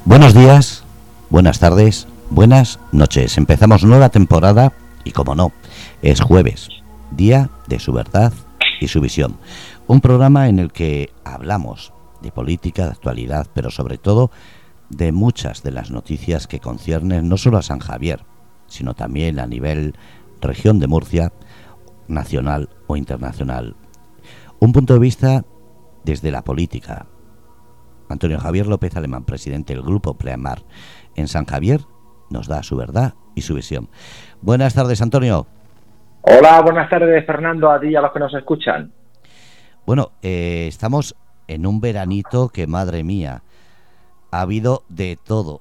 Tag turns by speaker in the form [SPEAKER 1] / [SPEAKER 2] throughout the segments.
[SPEAKER 1] Buenos días, buenas tardes, buenas noches. Empezamos nueva temporada y, como no, es jueves, día de su verdad y su visión. Un programa en el que hablamos de política, de actualidad, pero sobre todo de muchas de las noticias que conciernen no solo a San Javier, sino también a nivel región de Murcia, nacional o internacional. Un punto de vista desde la política. Antonio Javier López Alemán, presidente del Grupo Pleamar en San Javier, nos da su verdad y su visión. Buenas tardes, Antonio.
[SPEAKER 2] Hola, buenas tardes, Fernando, a ti y a los que nos escuchan.
[SPEAKER 1] Bueno, estamos en un veranito que, madre mía, ha habido de todo.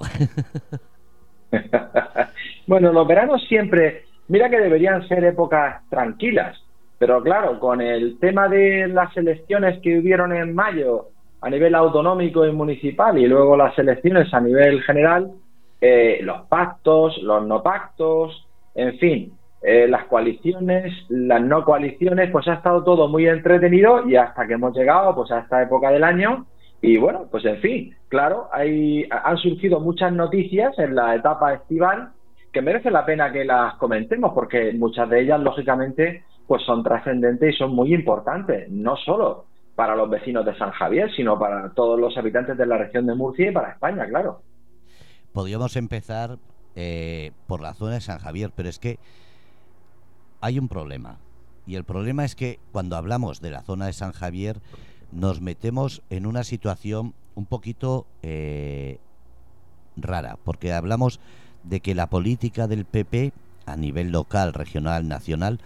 [SPEAKER 2] Bueno, los veranos siempre, mira que deberían ser épocas tranquilas, pero claro, con el tema de las elecciones que hubieron en mayo a nivel autonómico y municipal y luego las elecciones a nivel general, los pactos, los no pactos, en fin, las coaliciones, las no coaliciones, pues ha estado todo muy entretenido y hasta que hemos llegado pues a esta época del año. Y bueno, pues en fin, claro, han surgido muchas noticias en la etapa estival que merece la pena que las comentemos porque muchas de ellas, lógicamente, pues son trascendentes y son muy importantes, no solo para los vecinos de San Javier, sino para todos los habitantes de la región de Murcia y para España, claro.
[SPEAKER 1] Podríamos empezar por la zona de San Javier, pero es que hay un problema. Y el problema es que cuando hablamos de la zona de San Javier nos metemos en una situación un poquito rara, porque hablamos de que la política del PP a nivel local, regional, nacional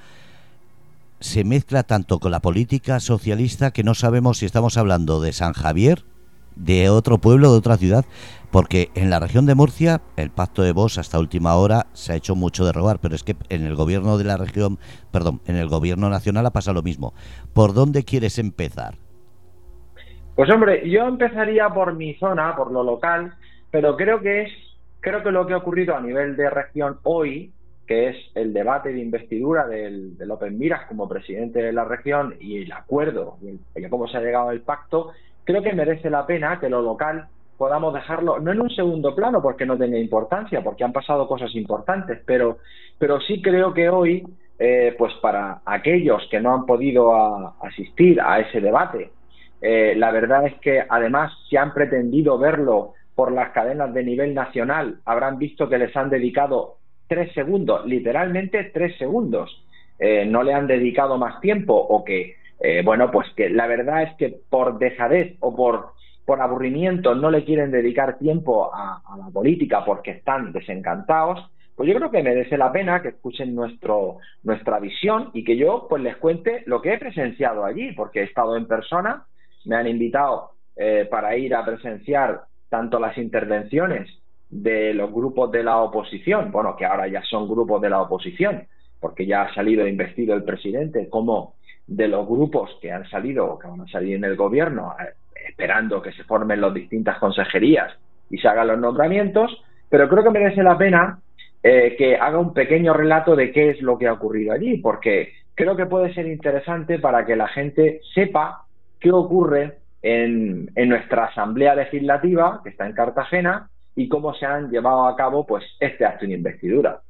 [SPEAKER 1] se mezcla tanto con la política socialista que no sabemos si estamos hablando de San Javier, de otro pueblo, de otra ciudad, porque en la región de Murcia el pacto de Vox hasta última hora se ha hecho mucho de rogar, pero es que en el gobierno de la región, en el gobierno nacional ha pasado lo mismo. ¿Por dónde quieres empezar?
[SPEAKER 2] Pues hombre, yo empezaría por mi zona, por lo local, pero creo que lo que ha ocurrido a nivel de región hoy, que es el debate de investidura del López Miras como presidente de la región y el acuerdo y cómo se ha llegado al pacto, creo que merece la pena que lo local podamos dejarlo, no en un segundo plano porque no tenga importancia, porque han pasado cosas importantes, pero sí creo que hoy, pues para aquellos que no han podido asistir a ese debate, la verdad es que además si han pretendido verlo por las cadenas de nivel nacional, habrán visto que les han dedicado 3 segundos, literalmente 3 segundos. No le han dedicado más tiempo o que, bueno, pues que la verdad es que por dejadez o por aburrimiento no le quieren dedicar tiempo a la política porque están desencantados. Pues yo creo que merece la pena que escuchen nuestra visión y que yo pues les cuente lo que he presenciado allí, porque he estado en persona, me han invitado para ir a presenciar tanto las intervenciones de los grupos de la oposición, bueno, que ahora ya son grupos de la oposición, porque ya ha salido investido el presidente, como de los grupos que han salido, que van a salir en el gobierno, esperando que se formen las distintas consejerías y se hagan los nombramientos, pero creo que merece la pena que haga un pequeño relato de qué es lo que ha ocurrido allí, porque creo que puede ser interesante para que la gente sepa qué ocurre en nuestra Asamblea Legislativa, que está en Cartagena, y cómo se han llevado a cabo pues este acto de investidura.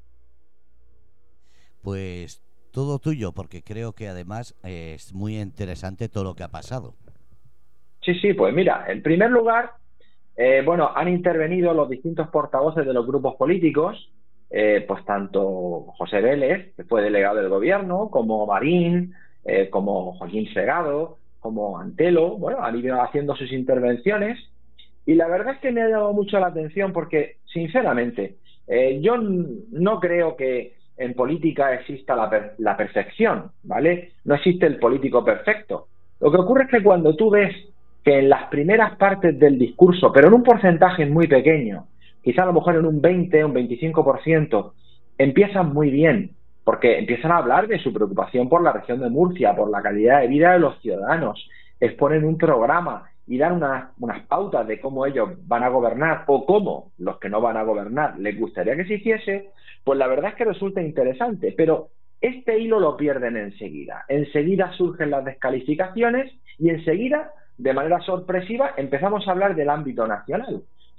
[SPEAKER 1] Pues todo tuyo, porque creo que además es muy interesante todo lo que ha pasado.
[SPEAKER 2] Sí, pues mira, en primer lugar, bueno, han intervenido los distintos portavoces de los grupos políticos, pues tanto José Vélez, que fue delegado del gobierno, como Marín, como Joaquín Segado, como Antelo, bueno, han ido haciendo sus intervenciones y la verdad es que me ha llamado mucho la atención porque, sinceramente, yo no creo que en política exista la perfección, ¿vale? No existe el político perfecto. Lo que ocurre es que cuando tú ves que en las primeras partes del discurso, pero en un porcentaje muy pequeño, quizá a lo mejor en un 20, un 25%, empiezan muy bien, porque empiezan a hablar de su preocupación por la región de Murcia, por la calidad de vida de los ciudadanos, exponen un programa y dan unas pautas de cómo ellos van a gobernar o cómo los que no van a gobernar les gustaría que se hiciese, pues la verdad es que resulta interesante, pero este hilo lo pierden enseguida. Enseguida surgen las descalificaciones y enseguida, de manera sorpresiva, empezamos a hablar del ámbito nacional.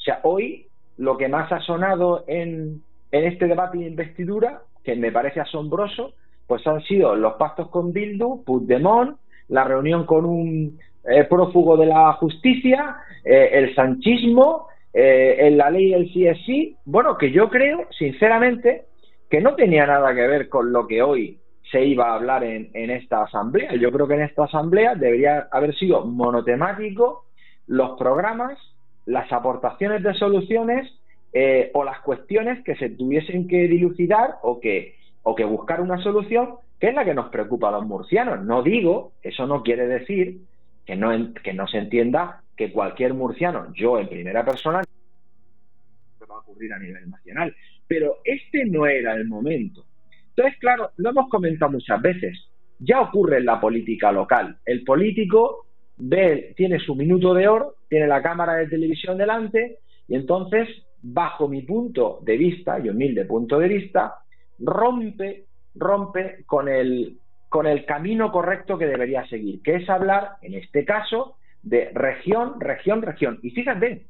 [SPEAKER 2] O sea, hoy lo que más ha sonado en este debate de investidura, que me parece asombroso, pues han sido los pactos con Bildu, Puigdemont, la reunión con un prófugo de la justicia, el sanchismo, la ley del sí es sí. Bueno, que yo creo, sinceramente, que no tenía nada que ver con lo que hoy se iba a hablar en esta asamblea. Yo creo que en esta asamblea debería haber sido monotemático los programas, las aportaciones de soluciones o las cuestiones que se tuviesen que dilucidar o que buscar una solución, que es la que nos preocupa a los murcianos. No digo, eso no quiere decir que no se entienda que cualquier murciano, yo en primera persona, va a ocurrir a nivel nacional, pero este no era el momento. Entonces, claro, lo hemos comentado muchas veces, ya ocurre en la política local. El político tiene su minuto de oro, tiene la cámara de televisión delante y entonces, bajo mi punto de vista y humilde punto de vista, rompe con el camino correcto que debería seguir, que es hablar, en este caso, de región. Y fíjate,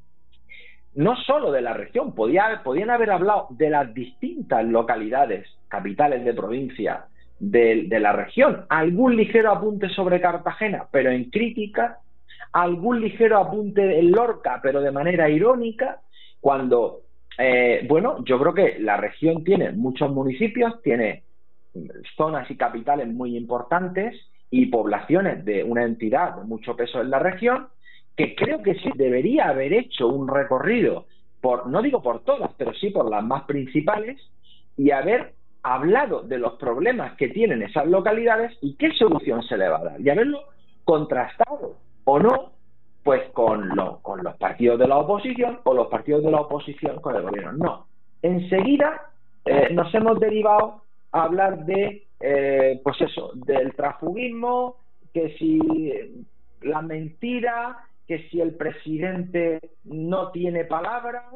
[SPEAKER 2] no solo de la región, podían haber hablado de las distintas localidades, capitales de provincia de la región. Algún ligero apunte sobre Cartagena, pero en crítica, algún ligero apunte en Lorca, pero de manera irónica, cuando, yo creo que la región tiene muchos municipios, tiene zonas y capitales muy importantes y poblaciones de una entidad de mucho peso en la región, que creo que sí debería haber hecho un recorrido no digo por todas, pero sí por las más principales, y haber hablado de los problemas que tienen esas localidades y qué solución se le va a dar, y haberlo contrastado o no, pues con los partidos de la oposición o los partidos de la oposición con el gobierno. No, enseguida nos hemos derivado a hablar de del transfugismo, que si la mentira, que si el presidente no tiene palabra.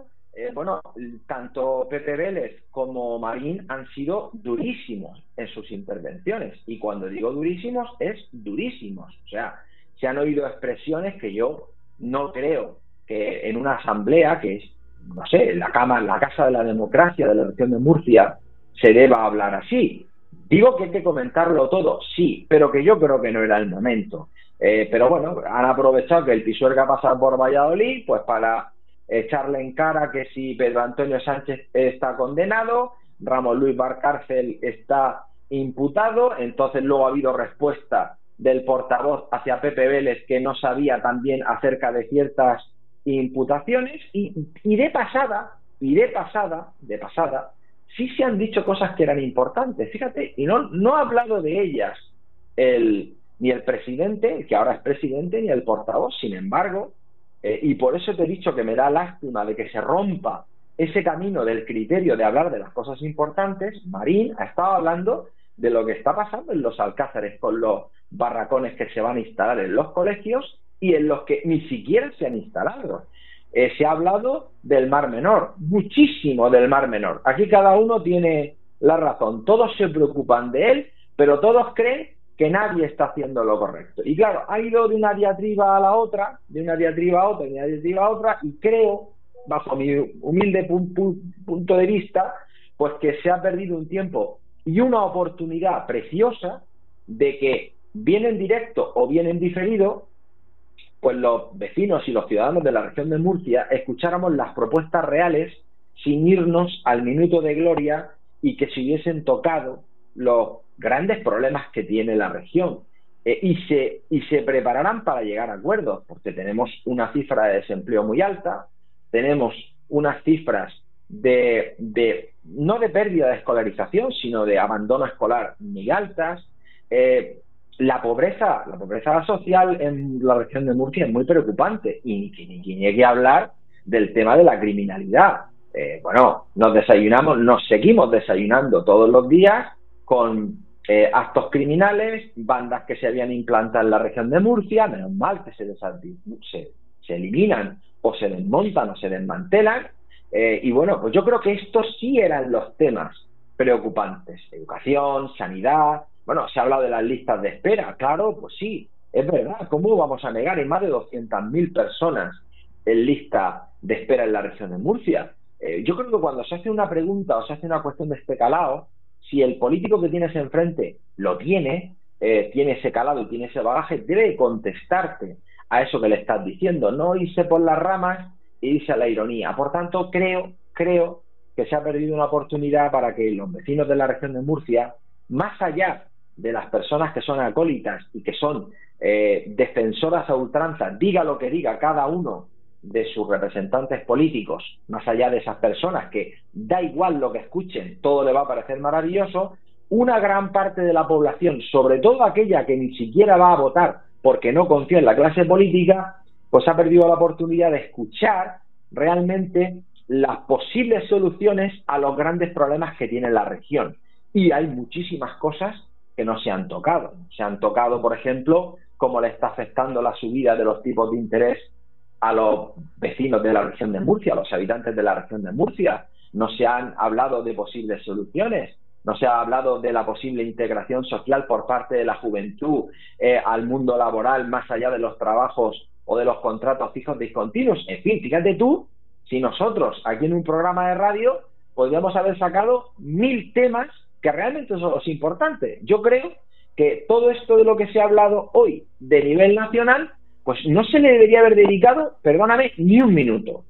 [SPEAKER 2] Tanto Pepe Vélez como Marín han sido durísimos en sus intervenciones, y cuando digo durísimos es durísimos. O sea, se han oído expresiones que yo no creo que en una asamblea, que es, no sé, la casa de la democracia de la región de Murcia, se deba hablar así. Digo que hay que comentarlo todo, sí, pero que yo creo que no era el momento. Pero bueno, han aprovechado que el Pisuerga pasa por Valladolid, pues para echarle en cara que si Pedro Antonio Sánchez está condenado, Ramón Luis Valcárcel está imputado. Entonces luego ha habido respuesta del portavoz hacia Pepe Vélez, que no sabía también acerca de ciertas imputaciones, y de pasada, sí se han dicho cosas que eran importantes, fíjate, y no ha hablado de ellas ni el presidente, que ahora es presidente, ni el portavoz. Sin embargo, y por eso te he dicho que me da lástima de que se rompa ese camino del criterio de hablar de las cosas importantes. Marín ha estado hablando de lo que está pasando en los alcázares con los barracones que se van a instalar en los colegios y en los que ni siquiera se han instalado. Se ha hablado del Mar Menor, muchísimo del Mar Menor. Aquí cada uno tiene la razón, todos se preocupan de él, pero todos creen que nadie está haciendo lo correcto. Y claro, ha ido de una diatriba a la otra, de una diatriba a otra, de una diatriba a otra, y creo, bajo mi humilde punto de vista, pues que se ha perdido un tiempo y una oportunidad preciosa de que, bien en directo o bien en diferido, pues los vecinos y los ciudadanos de la región de Murcia escucháramos las propuestas reales sin irnos al minuto de gloria, y que se hubiesen tocado los grandes problemas que tiene la región, y se prepararán para llegar a acuerdos, porque tenemos una cifra de desempleo muy alta, tenemos unas cifras no de pérdida de escolarización, sino de abandono escolar muy altas. La pobreza social en la región de Murcia es muy preocupante, y ni llegue a hablar del tema de la criminalidad. Nos seguimos desayunando todos los días con actos criminales, bandas que se habían implantado en la región de Murcia. Menos mal que se eliminan o se desmontan o se desmantelan. Pues yo creo que estos sí eran los temas preocupantes: educación, sanidad. Se ha hablado de las listas de espera, claro, pues sí, es verdad. ¿Cómo vamos a negar? Hay más de 200.000 personas en lista de espera en la región de Murcia. Yo creo que cuando se hace una pregunta o se hace una cuestión de este calado, si el político que tienes enfrente lo tiene ese calado y tiene ese bagaje, debe contestarte a eso que le estás diciendo, no irse por las ramas e irse a la ironía. Por tanto, creo que se ha perdido una oportunidad para que los vecinos de la región de Murcia, más allá de las personas que son acólitas y que son defensoras a ultranza, diga lo que diga cada uno de sus representantes políticos, más allá de esas personas que da igual lo que escuchen, todo le va a parecer maravilloso, una gran parte de la población, sobre todo aquella que ni siquiera va a votar porque no confía en la clase política, pues ha perdido la oportunidad de escuchar realmente las posibles soluciones a los grandes problemas que tiene la región. Y hay muchísimas cosas que no se han tocado. Se han tocado, por ejemplo, cómo le está afectando la subida de los tipos de interés a los vecinos de la región de Murcia, a los habitantes de la región de Murcia. No se han hablado de posibles soluciones, no se ha hablado de la posible integración social por parte de la juventud al mundo laboral, más allá de los trabajos o de los contratos fijos discontinuos. En fin, fíjate tú, si nosotros aquí en un programa de radio podríamos haber sacado 1000 temas que realmente son los importantes. Yo creo que todo esto de lo que se ha hablado hoy de nivel nacional, pues no se le debería haber dedicado, perdóname, ni un minuto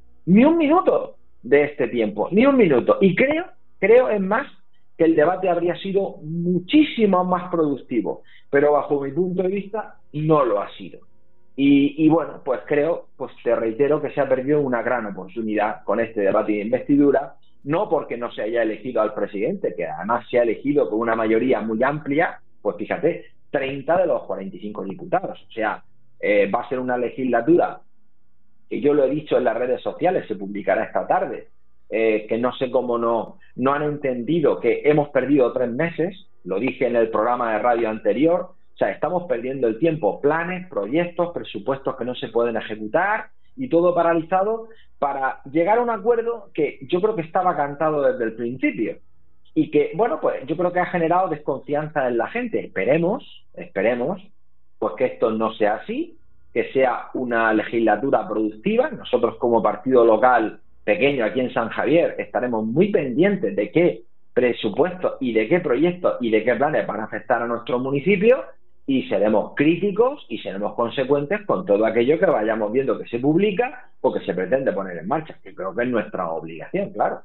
[SPEAKER 2] de este tiempo, ni un minuto. Y creo es más que el debate habría sido muchísimo más productivo, pero bajo mi punto de vista no lo ha sido. Y bueno, pues te reitero que se ha perdido una gran oportunidad con este debate de investidura, no porque no se haya elegido al presidente, que además se ha elegido con una mayoría muy amplia, pues fíjate, 30 de los 45 diputados. O sea, va a ser una legislatura que yo lo he dicho en las redes sociales, se publicará esta tarde, que no sé cómo no han entendido que hemos perdido 3 meses, lo dije en el programa de radio anterior. O sea, estamos perdiendo el tiempo, planes, proyectos, presupuestos que no se pueden ejecutar y todo paralizado para llegar a un acuerdo que yo creo que estaba cantado desde el principio y que, bueno, pues yo creo que ha generado desconfianza en la gente. Esperemos, pues que esto no sea así, que sea una legislatura productiva. Nosotros como partido local pequeño aquí en San Javier estaremos muy pendientes de qué presupuestos y de qué proyectos y de qué planes van a afectar a nuestro municipio, y seremos críticos y seremos consecuentes con todo aquello que vayamos viendo que se publica o que se pretende poner en marcha, que creo que es nuestra obligación, claro.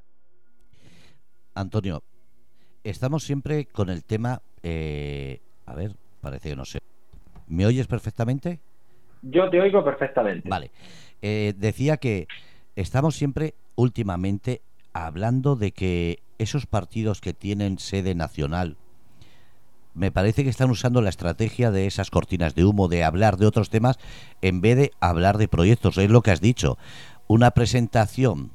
[SPEAKER 1] Antonio, estamos siempre con el tema, a ver, parece que no sé. ¿Me oyes perfectamente?
[SPEAKER 2] Yo te oigo perfectamente.
[SPEAKER 1] Vale. Decía que estamos siempre últimamente hablando de que esos partidos que tienen sede nacional, me parece que están usando la estrategia de esas cortinas de humo, de hablar de otros temas en vez de hablar de proyectos. Es lo que has dicho, una presentación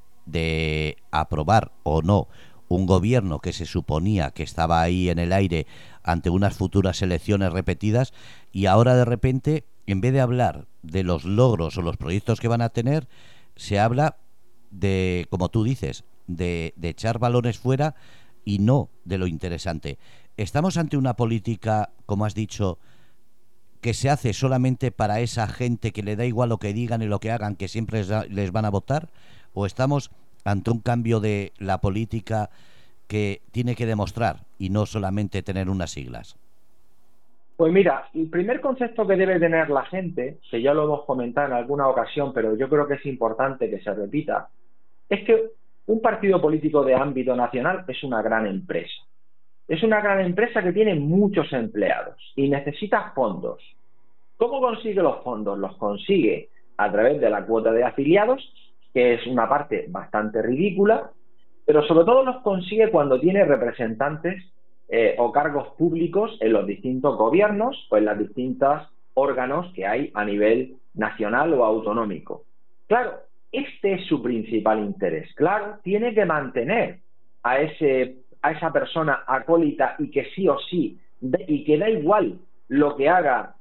[SPEAKER 1] de aprobar o no un gobierno que se suponía que estaba ahí en el aire ante unas futuras elecciones repetidas, y ahora de repente, en vez de hablar de los logros o los proyectos que van a tener, se habla de, como tú dices, de echar balones fuera y no de lo interesante. ¿Estamos ante una política, como has dicho, que se hace solamente para esa gente que le da igual lo que digan y lo que hagan, que siempre les van a votar? ¿O estamos ante un cambio de la política que tiene que demostrar y no solamente tener unas siglas?
[SPEAKER 2] Pues mira, el primer concepto que debe tener la gente, que ya lo hemos comentado en alguna ocasión, pero yo creo que es importante que se repita, es que un partido político de ámbito nacional es una gran empresa. Es una gran empresa que tiene muchos empleados y necesita fondos. ¿Cómo consigue los fondos? Los consigue a través de la cuota de afiliados, que es una parte bastante ridícula, pero sobre todo los consigue cuando tiene representantes o cargos públicos en los distintos gobiernos o en los distintos órganos que hay a nivel nacional o autonómico. Claro, este es su principal interés. Claro, tiene que mantener a esa persona acólita y que sí o sí, y que da igual lo que haga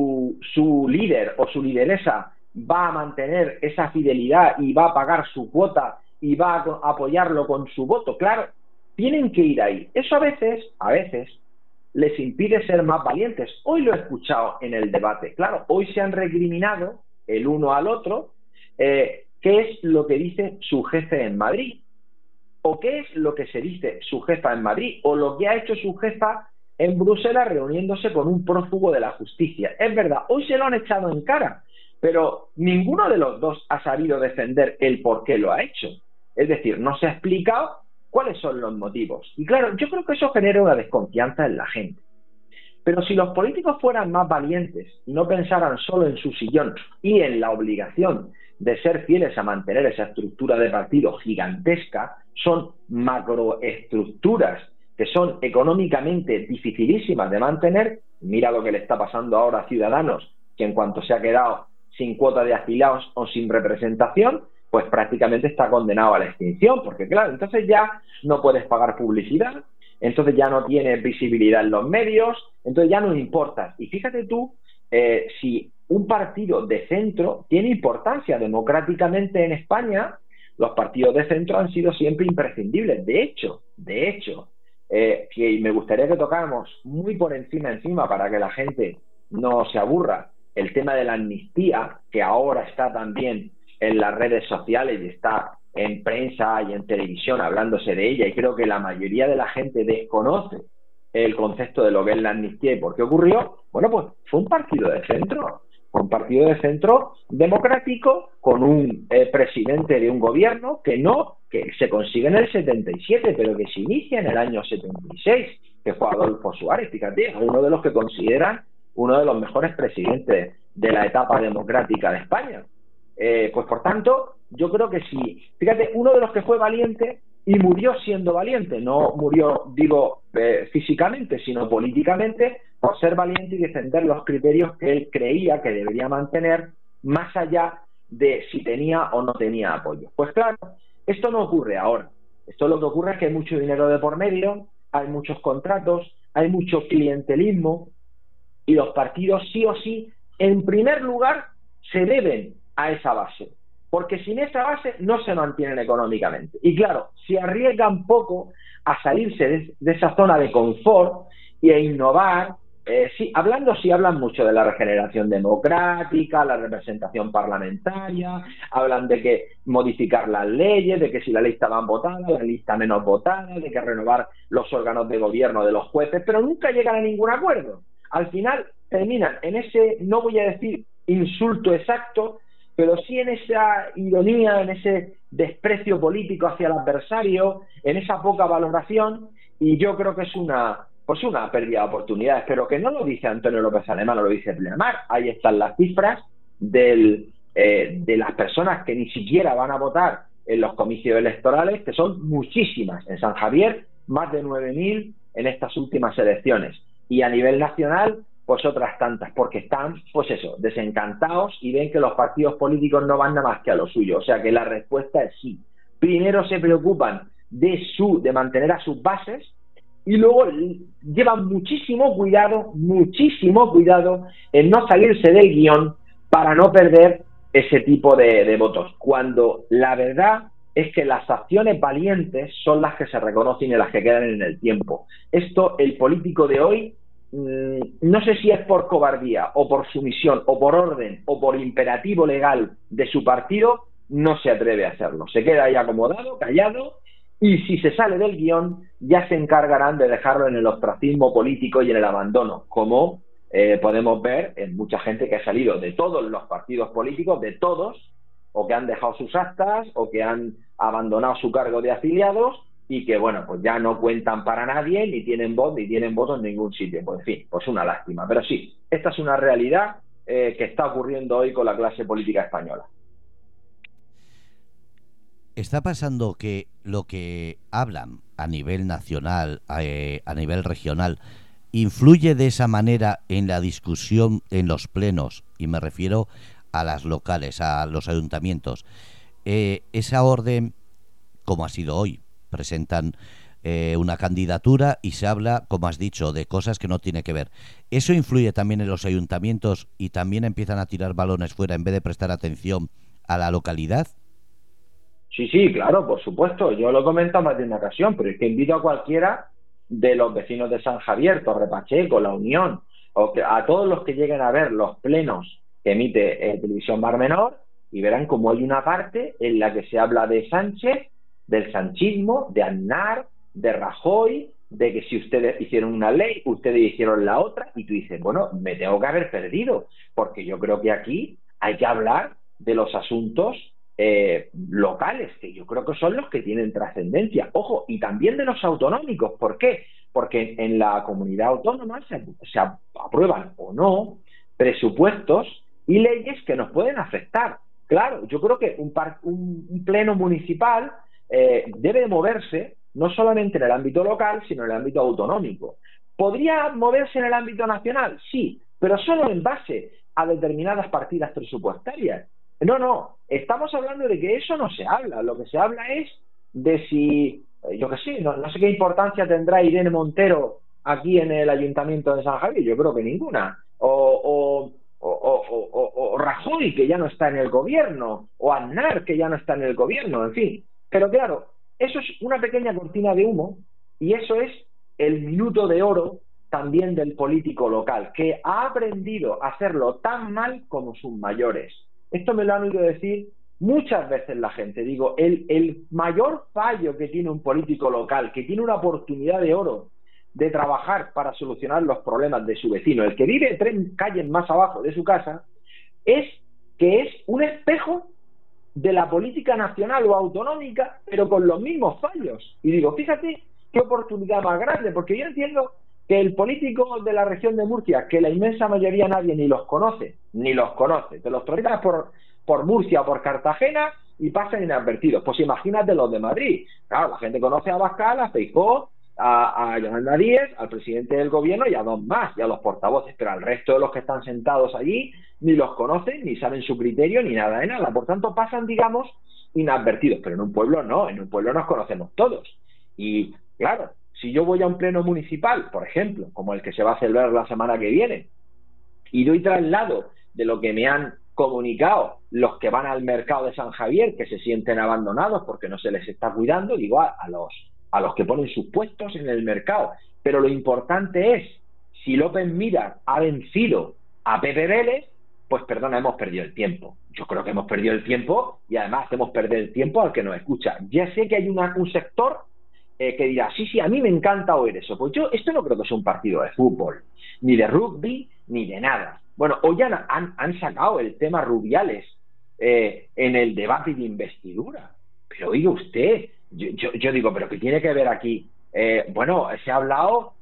[SPEAKER 2] su líder o su lideresa, va a mantener esa fidelidad y va a pagar su cuota y va a apoyarlo con su voto. Claro, tienen que ir ahí. Eso a veces les impide ser más valientes. Hoy lo he escuchado en el debate. Claro, hoy se han recriminado el uno al otro qué es lo que dice su jefe en Madrid, o qué es lo que se dice su jefa en Madrid, o lo que ha hecho su jefa en Bruselas reuniéndose con un prófugo de la justicia. Es verdad, hoy se lo han echado en cara, pero ninguno de los dos ha sabido defender el por qué lo ha hecho. Es decir, no se ha explicado cuáles son los motivos. Y claro, yo creo que eso genera una desconfianza en la gente. Pero si los políticos fueran más valientes y no pensaran solo en su sillón y en la obligación de ser fieles a mantener esa estructura de partido gigantesca, son macroestructuras que son económicamente dificilísimas de mantener. Mira lo que le está pasando ahora a Ciudadanos, que en cuanto se ha quedado sin cuota de afiliados o sin representación, pues prácticamente está condenado a la extinción, porque claro, entonces ya no puedes pagar publicidad, entonces ya no tienes visibilidad en los medios, entonces ya no importas. Y fíjate tú, si un partido de centro tiene importancia democráticamente en España, los partidos de centro han sido siempre imprescindibles. De hecho, que me gustaría que tocáramos muy por encima para que la gente no se aburra, el tema de la amnistía, que ahora está también en las redes sociales y está en prensa y en televisión hablándose de ella, y creo que la mayoría de la gente desconoce el concepto de lo que es la amnistía y por qué ocurrió. Bueno, pues fue un partido de centro democrático, con un presidente de un gobierno que se consigue en el 77, pero que se inicia en el año 76, que fue Adolfo Suárez. Fíjate, uno de los que consideran uno de los mejores presidentes de la etapa democrática de España. Pues por tanto, yo creo que sí. Fíjate, uno de los que fue valiente y murió siendo valiente, no murió, digo, físicamente, sino políticamente, por ser valiente y defender los criterios que él creía que debería mantener, más allá de si tenía o no tenía apoyo. Pues claro, esto no ocurre ahora. Esto lo que ocurre es que hay mucho dinero de por medio, hay muchos contratos, hay mucho clientelismo, y los partidos sí o sí, en primer lugar, se deben a esa base, porque sin esa base no se mantienen económicamente. Y claro, si arriesgan poco a salirse de esa zona de confort y a innovar, hablan mucho de la regeneración democrática, la representación parlamentaria, hablan de que modificar las leyes, de que si la lista más votada, la lista menos votada, de que renovar los órganos de gobierno de los jueces, pero nunca llegan a ningún acuerdo. Al final terminan en ese, no voy a decir insulto exacto, pero sí en esa ironía, en ese desprecio político hacia el adversario, en esa poca valoración, y yo creo que es una pérdida de oportunidades, pero que no lo dice Antonio López Alemán, no lo dice Pleamar. Ahí están las cifras de las personas que ni siquiera van a votar en los comicios electorales, que son muchísimas. En San Javier, más de 9.000 en estas últimas elecciones. Y a nivel nacional, pues otras tantas, porque están, pues eso, desencantados y ven que los partidos políticos no van nada más que a lo suyo. O sea que la respuesta es sí. Primero se preocupan de mantener a sus bases, y luego llevan muchísimo cuidado en no salirse del guión para no perder ese tipo de votos. Cuando la verdad es que las acciones valientes son las que se reconocen y las que quedan en el tiempo. Esto, el político de hoy, no sé si es por cobardía o por sumisión o por orden o por imperativo legal de su partido, no se atreve a hacerlo. Se queda ahí acomodado, callado, y si se sale del guión ya se encargarán de dejarlo en el ostracismo político y en el abandono, como podemos ver en mucha gente que ha salido de todos los partidos políticos, de todos, o que han dejado sus actas o que han abandonado su cargo de afiliados, y que, bueno, pues ya no cuentan para nadie, ni tienen voz, ni tienen voto en ningún sitio. Pues en fin, pues una lástima. Pero sí, esta es una realidad que está ocurriendo hoy con la clase política española.
[SPEAKER 1] Está pasando que lo que hablan a nivel nacional, a nivel regional, influye de esa manera en la discusión en los plenos, y me refiero a las locales, a los ayuntamientos. Esa orden, como ha sido hoy, presentan una candidatura y se habla, como has dicho, de cosas que no tiene que ver. ¿Eso influye también en los ayuntamientos y también empiezan a tirar balones fuera en vez de prestar atención a la localidad?
[SPEAKER 2] Sí, claro, por supuesto. Yo lo he comentado más de una ocasión, pero es que invito a cualquiera de los vecinos de San Javier, Torre Pacheco, La Unión, o a todos los que lleguen a ver los plenos que emite Televisión Mar Menor, y verán como hay una parte en la que se habla de Sánchez, del sanchismo, de Aznar, de Rajoy, de que si ustedes hicieron una ley, ustedes hicieron la otra, y tú dices, bueno, me tengo que haber perdido, porque yo creo que aquí hay que hablar de los asuntos locales, que yo creo que son los que tienen trascendencia. Ojo, y también de los autonómicos. ¿Por qué? Porque en la comunidad autónoma se aprueban o no presupuestos y leyes que nos pueden afectar. Claro, yo creo que un pleno municipal debe moverse no solamente en el ámbito local, sino en el ámbito autonómico. ¿Podría moverse en el ámbito nacional? Sí, pero solo en base a determinadas partidas presupuestarias. No, estamos hablando de que eso no se habla. Lo que se habla es de si, yo qué sé, no sé qué importancia tendrá Irene Montero aquí en el Ayuntamiento de San Javier. Yo creo que ninguna. O Rajoy, que ya no está en el gobierno, o Aznar, que ya no está en el gobierno, en fin. Pero claro, eso es una pequeña cortina de humo, y eso es el minuto de oro también del político local, que ha aprendido a hacerlo tan mal como sus mayores. Esto me lo han oído decir muchas veces la gente. Digo, el mayor fallo que tiene un político local, que tiene una oportunidad de oro de trabajar para solucionar los problemas de su vecino, el que vive 3 calles más abajo de su casa, es que es un espejo de la política nacional o autonómica, pero con los mismos fallos. Y digo, fíjate qué oportunidad más grande, porque yo entiendo que el político de la región de Murcia, que la inmensa mayoría nadie ni los conoce, te los traigas por Murcia o por Cartagena y pasan inadvertidos. Pues imagínate los de Madrid. Claro, la gente conoce a Abascal, a Feijóo, a Yolanda Díez, al presidente del gobierno y a 2 más, y a los portavoces, pero al resto de los que están sentados allí ni los conocen, ni saben su criterio, ni nada de nada. Por tanto, pasan, digamos, inadvertidos. Pero en un pueblo no, en un pueblo nos conocemos todos. Y claro, si yo voy a un pleno municipal, por ejemplo, como el que se va a celebrar la semana que viene, y doy traslado de lo que me han comunicado los que van al mercado de San Javier, que se sienten abandonados porque no se les está cuidando, digo, a los que ponen sus puestos en el mercado. Pero lo importante es, si López Miras ha vencido a Pepe Vélez, pues perdona, hemos perdido el tiempo. Yo creo que hemos perdido el tiempo, y además hacemos perder el tiempo al que nos escucha. Ya sé que hay un sector que dirá, sí, a mí me encanta oír eso. Pues yo, esto no creo que sea un partido de fútbol, ni de rugby, ni de nada. Bueno, hoy ya han sacado el tema Rubiales en el debate de investidura. Pero oiga usted, yo digo, ¿pero qué tiene que ver aquí? Bueno, se ha hablado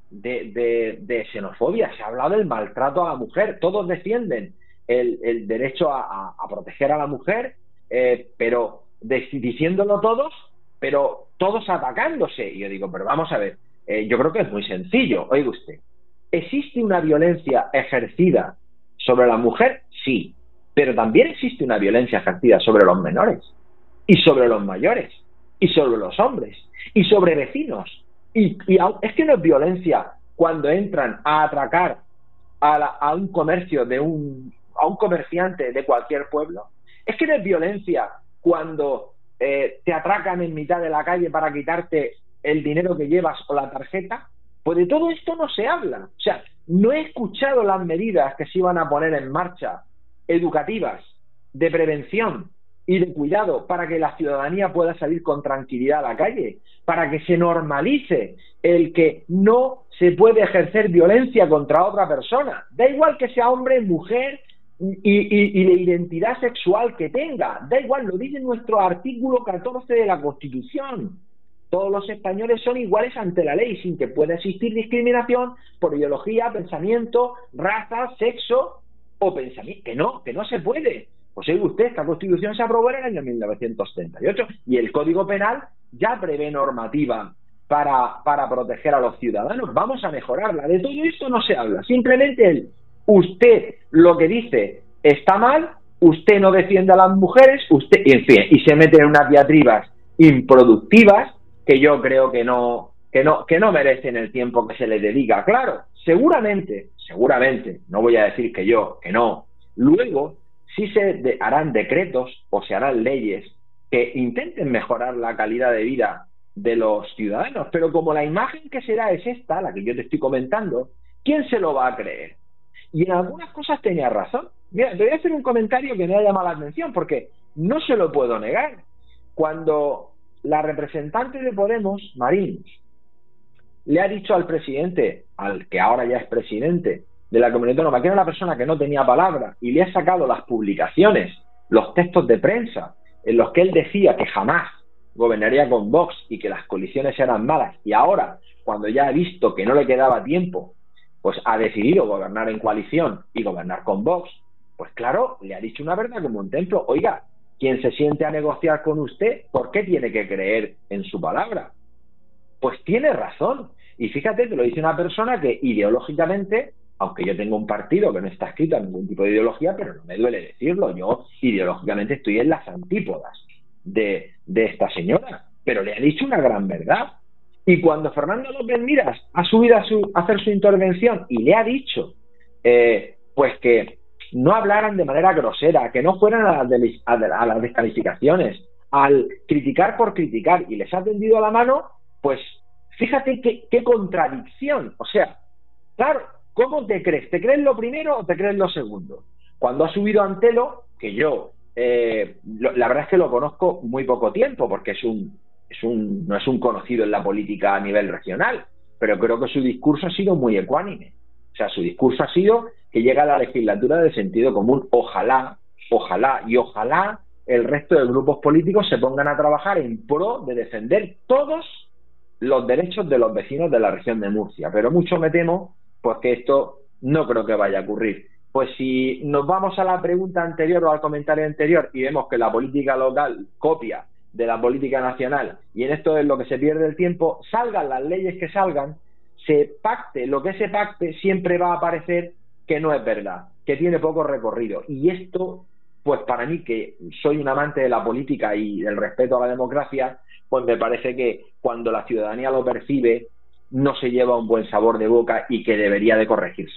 [SPEAKER 2] de xenofobia, se ha hablado del maltrato a la mujer. Todos defienden el derecho a proteger a la mujer, pero diciéndolo todos, pero todos atacándose. Y yo digo, pero vamos a ver, yo creo que es muy sencillo. Oiga usted, ¿existe una violencia ejercida sobre la mujer? Sí, pero también existe una violencia ejercida sobre los menores, y sobre los mayores, y sobre los hombres, y sobre vecinos. Y es que no es violencia cuando entran a atracar a un comercio a un comerciante de cualquier pueblo. Es que no es violencia cuando te atracan en mitad de la calle para quitarte el dinero que llevas o la tarjeta. Pues de todo esto no se habla. O sea, no he escuchado las medidas que se iban a poner en marcha, educativas, de prevención y de cuidado, para que la ciudadanía pueda salir con tranquilidad a la calle, para que se normalice el que no se puede ejercer violencia contra otra persona. Da igual que sea hombre, mujer y de identidad sexual que tenga. Da igual, lo dice nuestro artículo 14 de la Constitución. Todos los españoles son iguales ante la ley, sin que pueda existir discriminación por ideología, pensamiento, raza, sexo o pensamiento. Que no se puede. Pues oiga usted, esta Constitución se aprobó en el año 1978 y el Código Penal ya prevé normativa para proteger a los ciudadanos. Vamos a mejorarla. De todo esto no se habla. Simplemente usted lo que dice está mal, usted no defiende a las mujeres, usted, en fin, y se mete en unas diatribas improductivas que yo creo que no merecen el tiempo que se les dedica. Claro, seguramente, no voy a decir que no, luego sí se harán decretos o se harán leyes que intenten mejorar la calidad de vida de los ciudadanos, pero como la imagen que se da es esta, la que yo te estoy comentando, ¿quién se lo va a creer? Y en algunas cosas tenía razón. Mira, te voy a hacer un comentario que me ha llamado la atención, porque no se lo puedo negar. Cuando la representante de Podemos, Marín, le ha dicho al presidente, al que ahora ya es presidente de la Comunidad Autónoma, que era una persona que no tenía palabra, y le ha sacado las publicaciones, los textos de prensa, en los que él decía que jamás gobernaría con Vox y que las coaliciones eran malas, y ahora, cuando ya ha visto que no le quedaba tiempo, pues ha decidido gobernar en coalición y gobernar con Vox, pues claro, le ha dicho una verdad como un templo. Oiga, quien se siente a negociar con usted, ¿por qué tiene que creer en su palabra? Pues tiene razón. Y fíjate que lo dice una persona que ideológicamente, aunque yo tengo un partido que no está escrito en ningún tipo de ideología, pero no me duele decirlo, yo ideológicamente estoy en las antípodas de esta señora, pero le ha dicho una gran verdad. Y cuando Fernando López Miras ha subido a hacer su intervención y le ha dicho pues que no hablaran de manera grosera, que no fueran a las descalificaciones, al criticar por criticar, y les ha tendido la mano, pues fíjate qué contradicción. O sea, claro, ¿cómo te crees? ¿Te crees lo primero o te crees lo segundo? Cuando ha subido Antelo, que yo la verdad es que lo conozco muy poco tiempo, porque no es un conocido en la política a nivel regional, pero creo que su discurso ha sido muy ecuánime. O sea, su discurso ha sido que llega a la legislatura del sentido común. Ojalá el resto de grupos políticos se pongan a trabajar en pro de defender todos los derechos de los vecinos de la región de Murcia. Pero mucho me temo pues que esto no creo que vaya a ocurrir. Pues si nos vamos a la pregunta anterior o al comentario anterior y vemos que la política local copia de la política nacional, y en esto es lo que se pierde el tiempo, salgan las leyes que salgan, se pacte lo que se pacte, siempre va a parecer que no es verdad, que tiene poco recorrido. Y esto, pues para mí, que soy un amante de la política y del respeto a la democracia, pues me parece que cuando la ciudadanía lo percibe, no se lleva un buen sabor de boca y que debería de corregirse.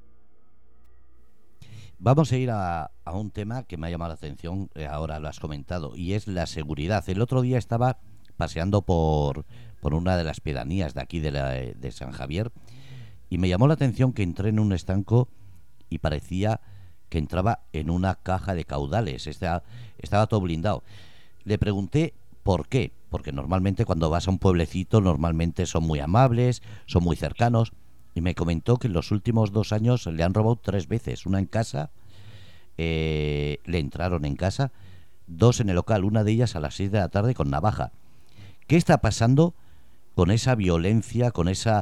[SPEAKER 1] Vamos a ir a un tema que me ha llamado la atención, ahora lo has comentado, y es la seguridad. El otro día estaba paseando por una de las pedanías de aquí de San Javier, y me llamó la atención que entré en un estanco y parecía que entraba en una caja de caudales. Estaba todo blindado. Le pregunté por qué, porque normalmente cuando vas a un pueblecito normalmente son muy amables, son muy cercanos, y me comentó que en los últimos 2 años le han robado 3 veces, una en casa, le entraron en casa, 2 en el local, una de ellas a las 6 de la tarde con navaja. ¿Qué está pasando con esa violencia, con esa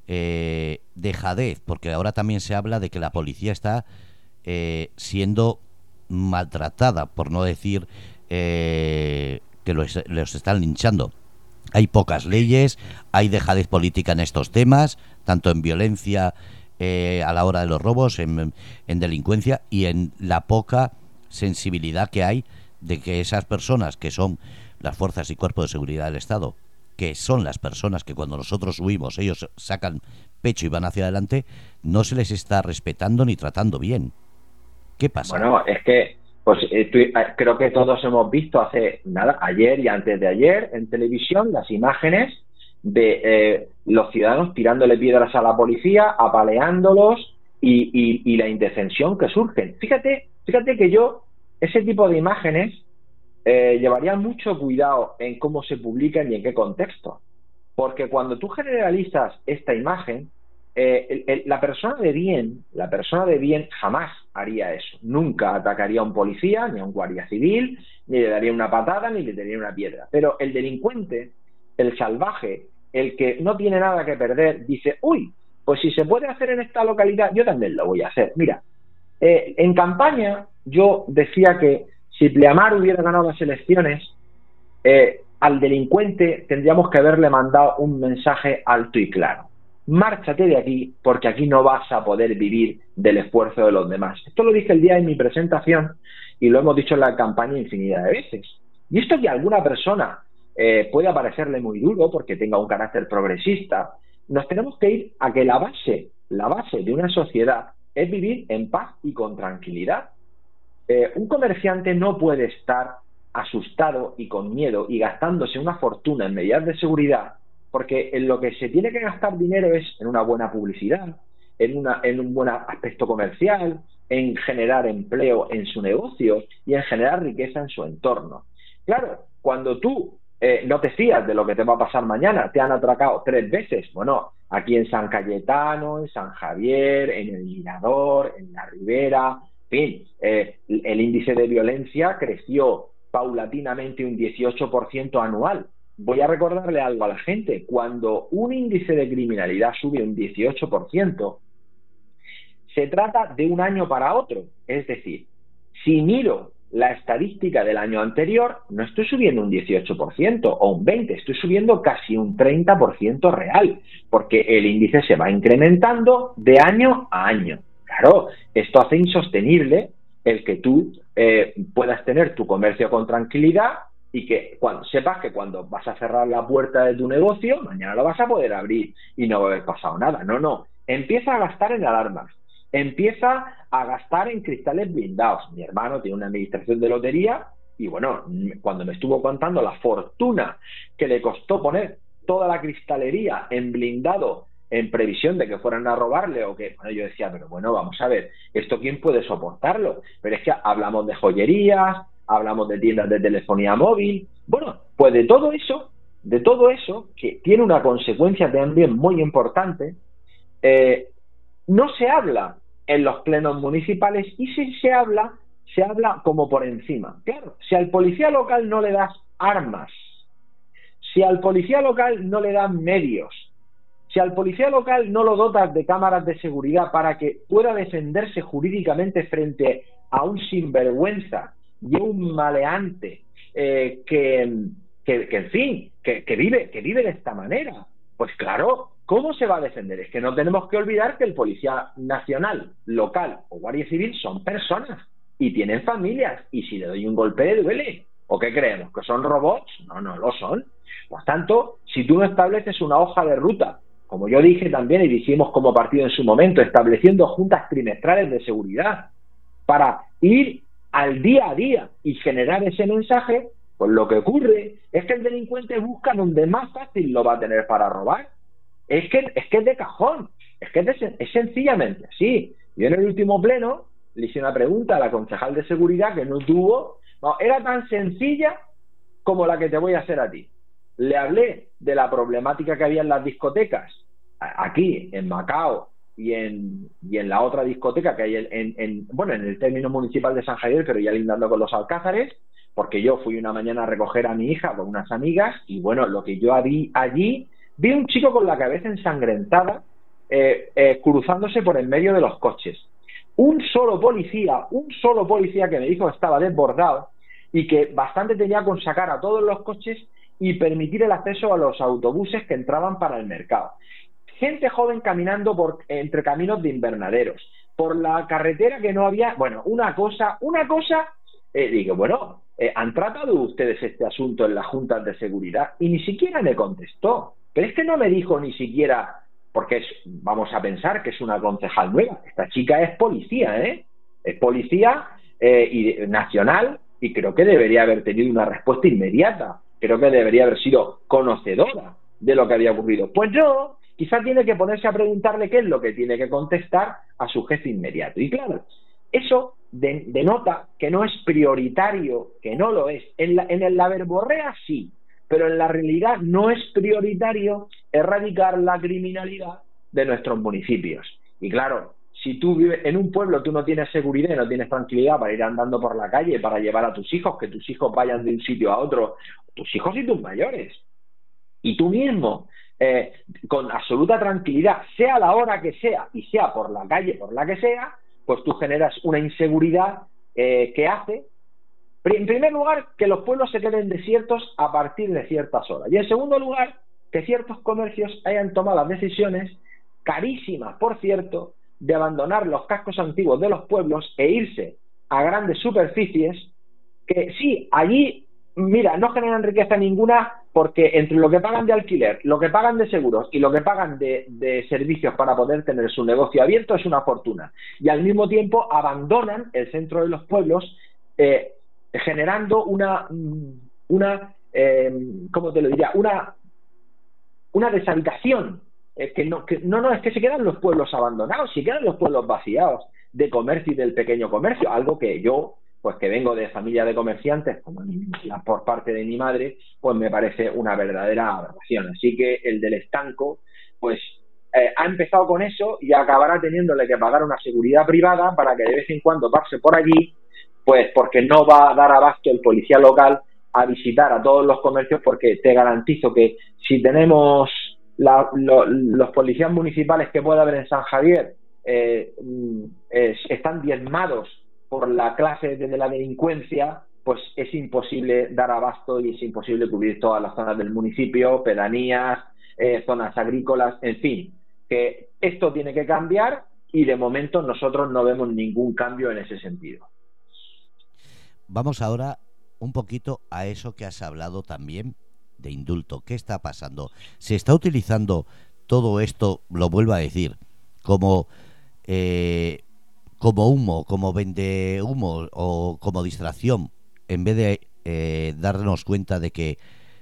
[SPEAKER 1] dejadez? Porque ahora también se habla de que la policía está siendo maltratada, por no decir que los están linchando. Hay pocas leyes, hay dejadez política en estos temas, tanto en violencia a la hora de los robos, en delincuencia, y en la poca sensibilidad que hay de que esas personas que son las fuerzas y cuerpos de seguridad del Estado, que son las personas que cuando nosotros huimos ellos sacan pecho y van hacia adelante, no se les está respetando ni tratando bien. ¿Qué pasa?
[SPEAKER 2] Bueno, es que pues creo que todos hemos visto ayer y antes de ayer en televisión las imágenes de los ciudadanos tirándole piedras a la policía, apaleándolos y la indefensión que surge. Fíjate que yo ese tipo de imágenes llevaría mucho cuidado en cómo se publican y en qué contexto, porque cuando tú generalizas esta imagen, la persona de bien jamás haría eso, nunca atacaría a un policía, ni a un guardia civil, ni le daría una patada, ni le daría una piedra. Pero el delincuente, el salvaje, el que no tiene nada que perder, dice, uy, pues si se puede hacer en esta localidad, yo también lo voy a hacer. Mira, en campaña yo decía que si Pleamar hubiera ganado las elecciones, al delincuente tendríamos que haberle mandado un mensaje alto y claro: márchate de aquí, porque aquí no vas a poder vivir del esfuerzo de los demás. Esto lo dije el día de mi presentación y lo hemos dicho en la campaña infinidad de veces. Y esto que a alguna persona puede parecerle muy duro porque tenga un carácter progresista, nos tenemos que ir a que la base de una sociedad es vivir en paz y con tranquilidad. Un comerciante no puede estar asustado y con miedo y gastándose una fortuna en medidas de seguridad, porque en lo que se tiene que gastar dinero es en una buena publicidad, en un buen aspecto comercial, en generar empleo en su negocio y en generar riqueza en su entorno. Claro, cuando tú no te fías de lo que te va a pasar mañana, te han atracado 3 veces, bueno, aquí en San Cayetano, en San Javier, en el Mirador, en la Ribera, en fin, el índice de violencia creció paulatinamente un 18% anual. Voy a recordarle algo a la gente: cuando un índice de criminalidad sube un 18%, se trata de un año para otro. Es decir, si miro la estadística del año anterior, no estoy subiendo un 18% o un 20%, estoy subiendo casi un 30% real, porque el índice se va incrementando de año a año. Claro, esto hace insostenible el que tú puedas tener tu comercio con tranquilidad y que cuando sepas que cuando vas a cerrar la puerta de tu negocio, mañana lo vas a poder abrir y no va a haber pasado nada. No, empieza a gastar en alarmas, empieza a gastar en cristales blindados. Mi hermano tiene una administración de lotería y bueno, cuando me estuvo contando la fortuna que le costó poner toda la cristalería en blindado en previsión de que fueran a robarle o que, bueno, yo decía, pero bueno, vamos a ver, ¿esto quién puede soportarlo? Pero es que hablamos de joyerías, hablamos de tiendas de telefonía móvil, bueno, pues de todo eso, que tiene una consecuencia también muy importante, no se habla en los plenos municipales, y si se habla como por encima. Claro, si al policía local no le das armas, si al policía local no le das medios, si al policía local no lo dotas de cámaras de seguridad para que pueda defenderse jurídicamente frente a un sinvergüenza y un maleante que en fin, que vive de esta manera, pues claro, ¿cómo se va a defender? Es que no tenemos que olvidar que el policía nacional, local o guardia civil son personas y tienen familias, y si le doy un golpe le duele. ¿O qué creemos? ¿Que son robots? No lo son. Por tanto, si tú no estableces una hoja de ruta, como yo dije también y dijimos como partido en su momento, estableciendo juntas trimestrales de seguridad para ir al día a día y generar ese mensaje, pues lo que ocurre es que el delincuente busca donde más fácil lo va a tener para robar. Es que es de cajón, es sencillamente así. Yo en el último pleno le hice una pregunta a la concejal de seguridad que no, era tan sencilla como la que te voy a hacer a ti. Le hablé de la problemática que había en las discotecas, aquí en Macao y en la otra discoteca que hay en el término municipal de San Javier, pero ya lindando con los Alcázares, porque yo fui una mañana a recoger a mi hija con unas amigas y bueno, lo que yo vi allí, vi un chico con la cabeza ensangrentada cruzándose por en medio de los coches. Un solo policía que me dijo que estaba desbordado y que bastante tenía con sacar a todos los coches y permitir el acceso a los autobuses que entraban para el mercado. Gente joven caminando entre caminos de invernaderos, por la carretera que no había, bueno, una cosa, digo, bueno, ¿han tratado ustedes este asunto en las juntas de seguridad? Y ni siquiera me contestó, pero es que no me dijo ni siquiera, porque vamos a pensar que es una concejal nueva, esta chica es policía, es policía nacional, y creo que debería haber tenido una respuesta inmediata, creo que debería haber sido conocedora de lo que había ocurrido. Pues no, quizá tiene que ponerse a preguntarle qué es lo que tiene que contestar a su jefe inmediato. Y claro, eso denota que no es prioritario, que no lo es. En la verborrea sí, pero en la realidad no es prioritario erradicar la criminalidad de nuestros municipios. Y claro, si tú vives en un pueblo, tú no tienes seguridad y no tienes tranquilidad para ir andando por la calle, para llevar a tus hijos, que tus hijos vayan de un sitio a otro, tus hijos y tus mayores, y tú mismo, con absoluta tranquilidad, sea la hora que sea y sea por la calle por la que sea, pues tú generas una inseguridad que hace, en primer lugar, que los pueblos se queden desiertos a partir de ciertas horas, y en segundo lugar, que ciertos comercios hayan tomado las decisiones, carísimas por cierto, de abandonar los cascos antiguos de los pueblos e irse a grandes superficies que sí, allí, mira, no generan riqueza ninguna, porque entre lo que pagan de alquiler, lo que pagan de seguros y lo que pagan de servicios para poder tener su negocio abierto es una fortuna, y al mismo tiempo abandonan el centro de los pueblos, generando una ¿cómo te lo diría? Una deshabitación es que se quedan los pueblos abandonados, se quedan los pueblos vaciados de comercio y del pequeño comercio, algo que yo, pues que vengo de familia de comerciantes, como por parte de mi madre, pues me parece una verdadera aberración. Así que el del estanco, pues ha empezado con eso y acabará teniéndole que pagar una seguridad privada para que de vez en cuando pase por allí, pues porque no va a dar abasto el policía local a visitar a todos los comercios, porque te garantizo que si tenemos los policías municipales que puede haber en San Javier están diezmados por la clase de la delincuencia, pues es imposible dar abasto y es imposible cubrir todas las zonas del municipio, pedanías, zonas agrícolas, en fin, que esto tiene que cambiar y de momento nosotros no vemos ningún cambio en ese sentido.
[SPEAKER 1] Vamos ahora un poquito a eso que has hablado también de indulto. ¿Qué está pasando? ¿Se está utilizando todo esto, lo vuelvo a decir, como humo, como vende humo o como distracción, en vez de darnos cuenta de que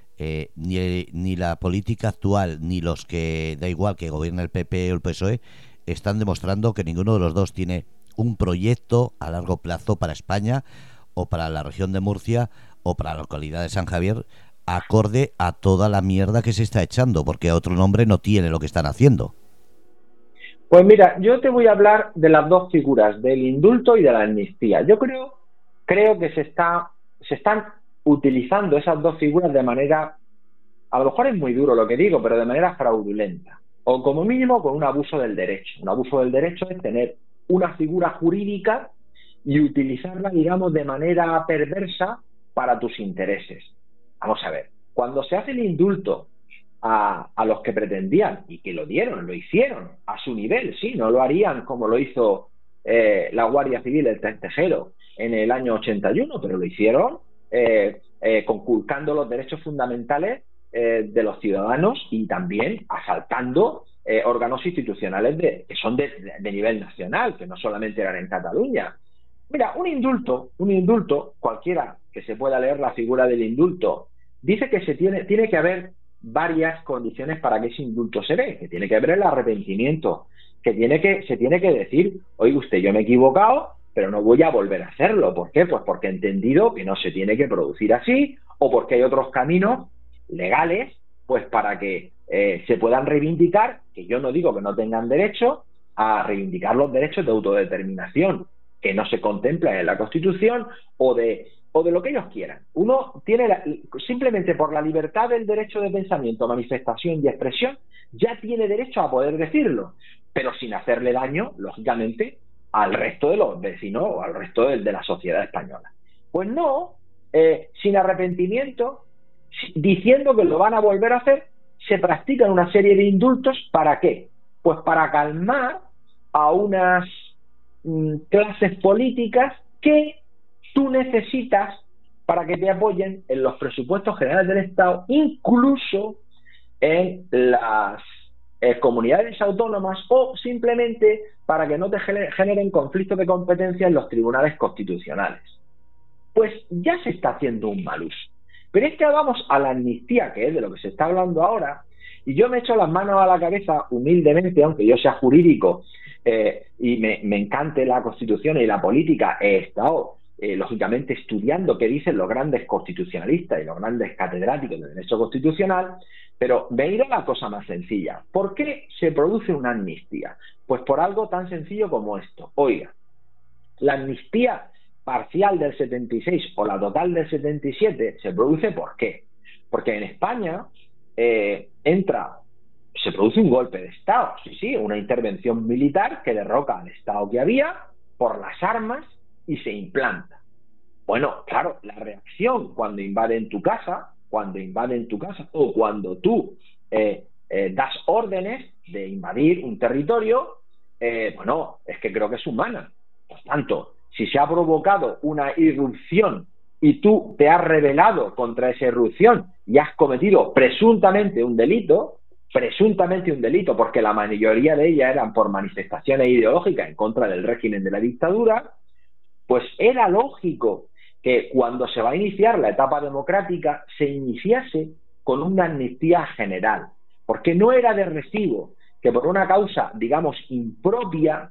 [SPEAKER 1] ni la política actual ni los que da igual que gobierna el PP o el PSOE están demostrando que ninguno de los dos tiene un proyecto a largo plazo para España o para la región de Murcia o para la localidad de San Javier, acorde a toda la mierda que se está echando, porque otro nombre no tiene lo que están haciendo?
[SPEAKER 2] Pues mira, yo te voy a hablar de las dos figuras, del indulto y de la amnistía. Yo creo que se están utilizando esas dos figuras de manera, a lo mejor es muy duro lo que digo, pero de manera fraudulenta, o como mínimo con un abuso del derecho. Un abuso del derecho es tener una figura jurídica y utilizarla, digamos, de manera perversa para tus intereses. Vamos a ver, cuando se hace el indulto a los que pretendían y que lo hicieron a su nivel, sí, no lo harían como lo hizo la Guardia Civil, el Tejero, en el año 81, pero lo hicieron conculcando los derechos fundamentales de los ciudadanos y también asaltando órganos institucionales que son de nivel nacional, que no solamente eran en Cataluña. Mira, un indulto, cualquiera que se pueda leer la figura del indulto, dice que tiene que haber varias condiciones para que ese indulto se dé, que tiene que haber el arrepentimiento, que se tiene que decir, oye usted, yo me he equivocado, pero no voy a volver a hacerlo. ¿Por qué? Pues porque he entendido que no se tiene que producir así, o porque hay otros caminos legales, pues para que se puedan reivindicar, que yo no digo que no tengan derecho a reivindicar los derechos de autodeterminación que no se contemplan en la Constitución, o de lo que ellos quieran. Uno tiene simplemente por la libertad del derecho de pensamiento, manifestación y expresión, ya tiene derecho a poder decirlo, pero sin hacerle daño, lógicamente, al resto de los vecinos o al resto de la sociedad española. Pues no, sin arrepentimiento, diciendo que lo van a volver a hacer, se practican una serie de indultos. ¿Para qué? Pues para calmar a unas clases políticas que tú necesitas para que te apoyen en los presupuestos generales del Estado, incluso en las comunidades autónomas, o simplemente para que no te generen conflictos de competencia en los tribunales constitucionales. Pues ya se está haciendo un mal uso. Pero es que vamos a la amnistía, que es de lo que se está hablando ahora, y yo me echo las manos a la cabeza humildemente, aunque yo sea jurídico y me encante la Constitución y la política, he estado lógicamente estudiando qué dicen los grandes constitucionalistas y los grandes catedráticos de derecho constitucional, pero me he ido a la cosa más sencilla. ¿Por qué se produce una amnistía? Pues por algo tan sencillo como esto. Oiga, la amnistía parcial del 76 o la total del 77 se produce ¿por qué? Porque en España se produce un golpe de Estado, sí, una intervención militar que derroca al Estado que había por las armas y se implanta. Bueno, claro, la reacción cuando invaden tu casa o cuando tú das órdenes de invadir un territorio, bueno, es que creo que es humana. Por tanto, si se ha provocado una irrupción y tú te has rebelado contra esa irrupción y has cometido presuntamente un delito, porque la mayoría de ellas eran por manifestaciones ideológicas en contra del régimen de la dictadura, pues era lógico que cuando se va a iniciar la etapa democrática se iniciase con una amnistía general, porque no era de recibo que por una causa, digamos, impropia,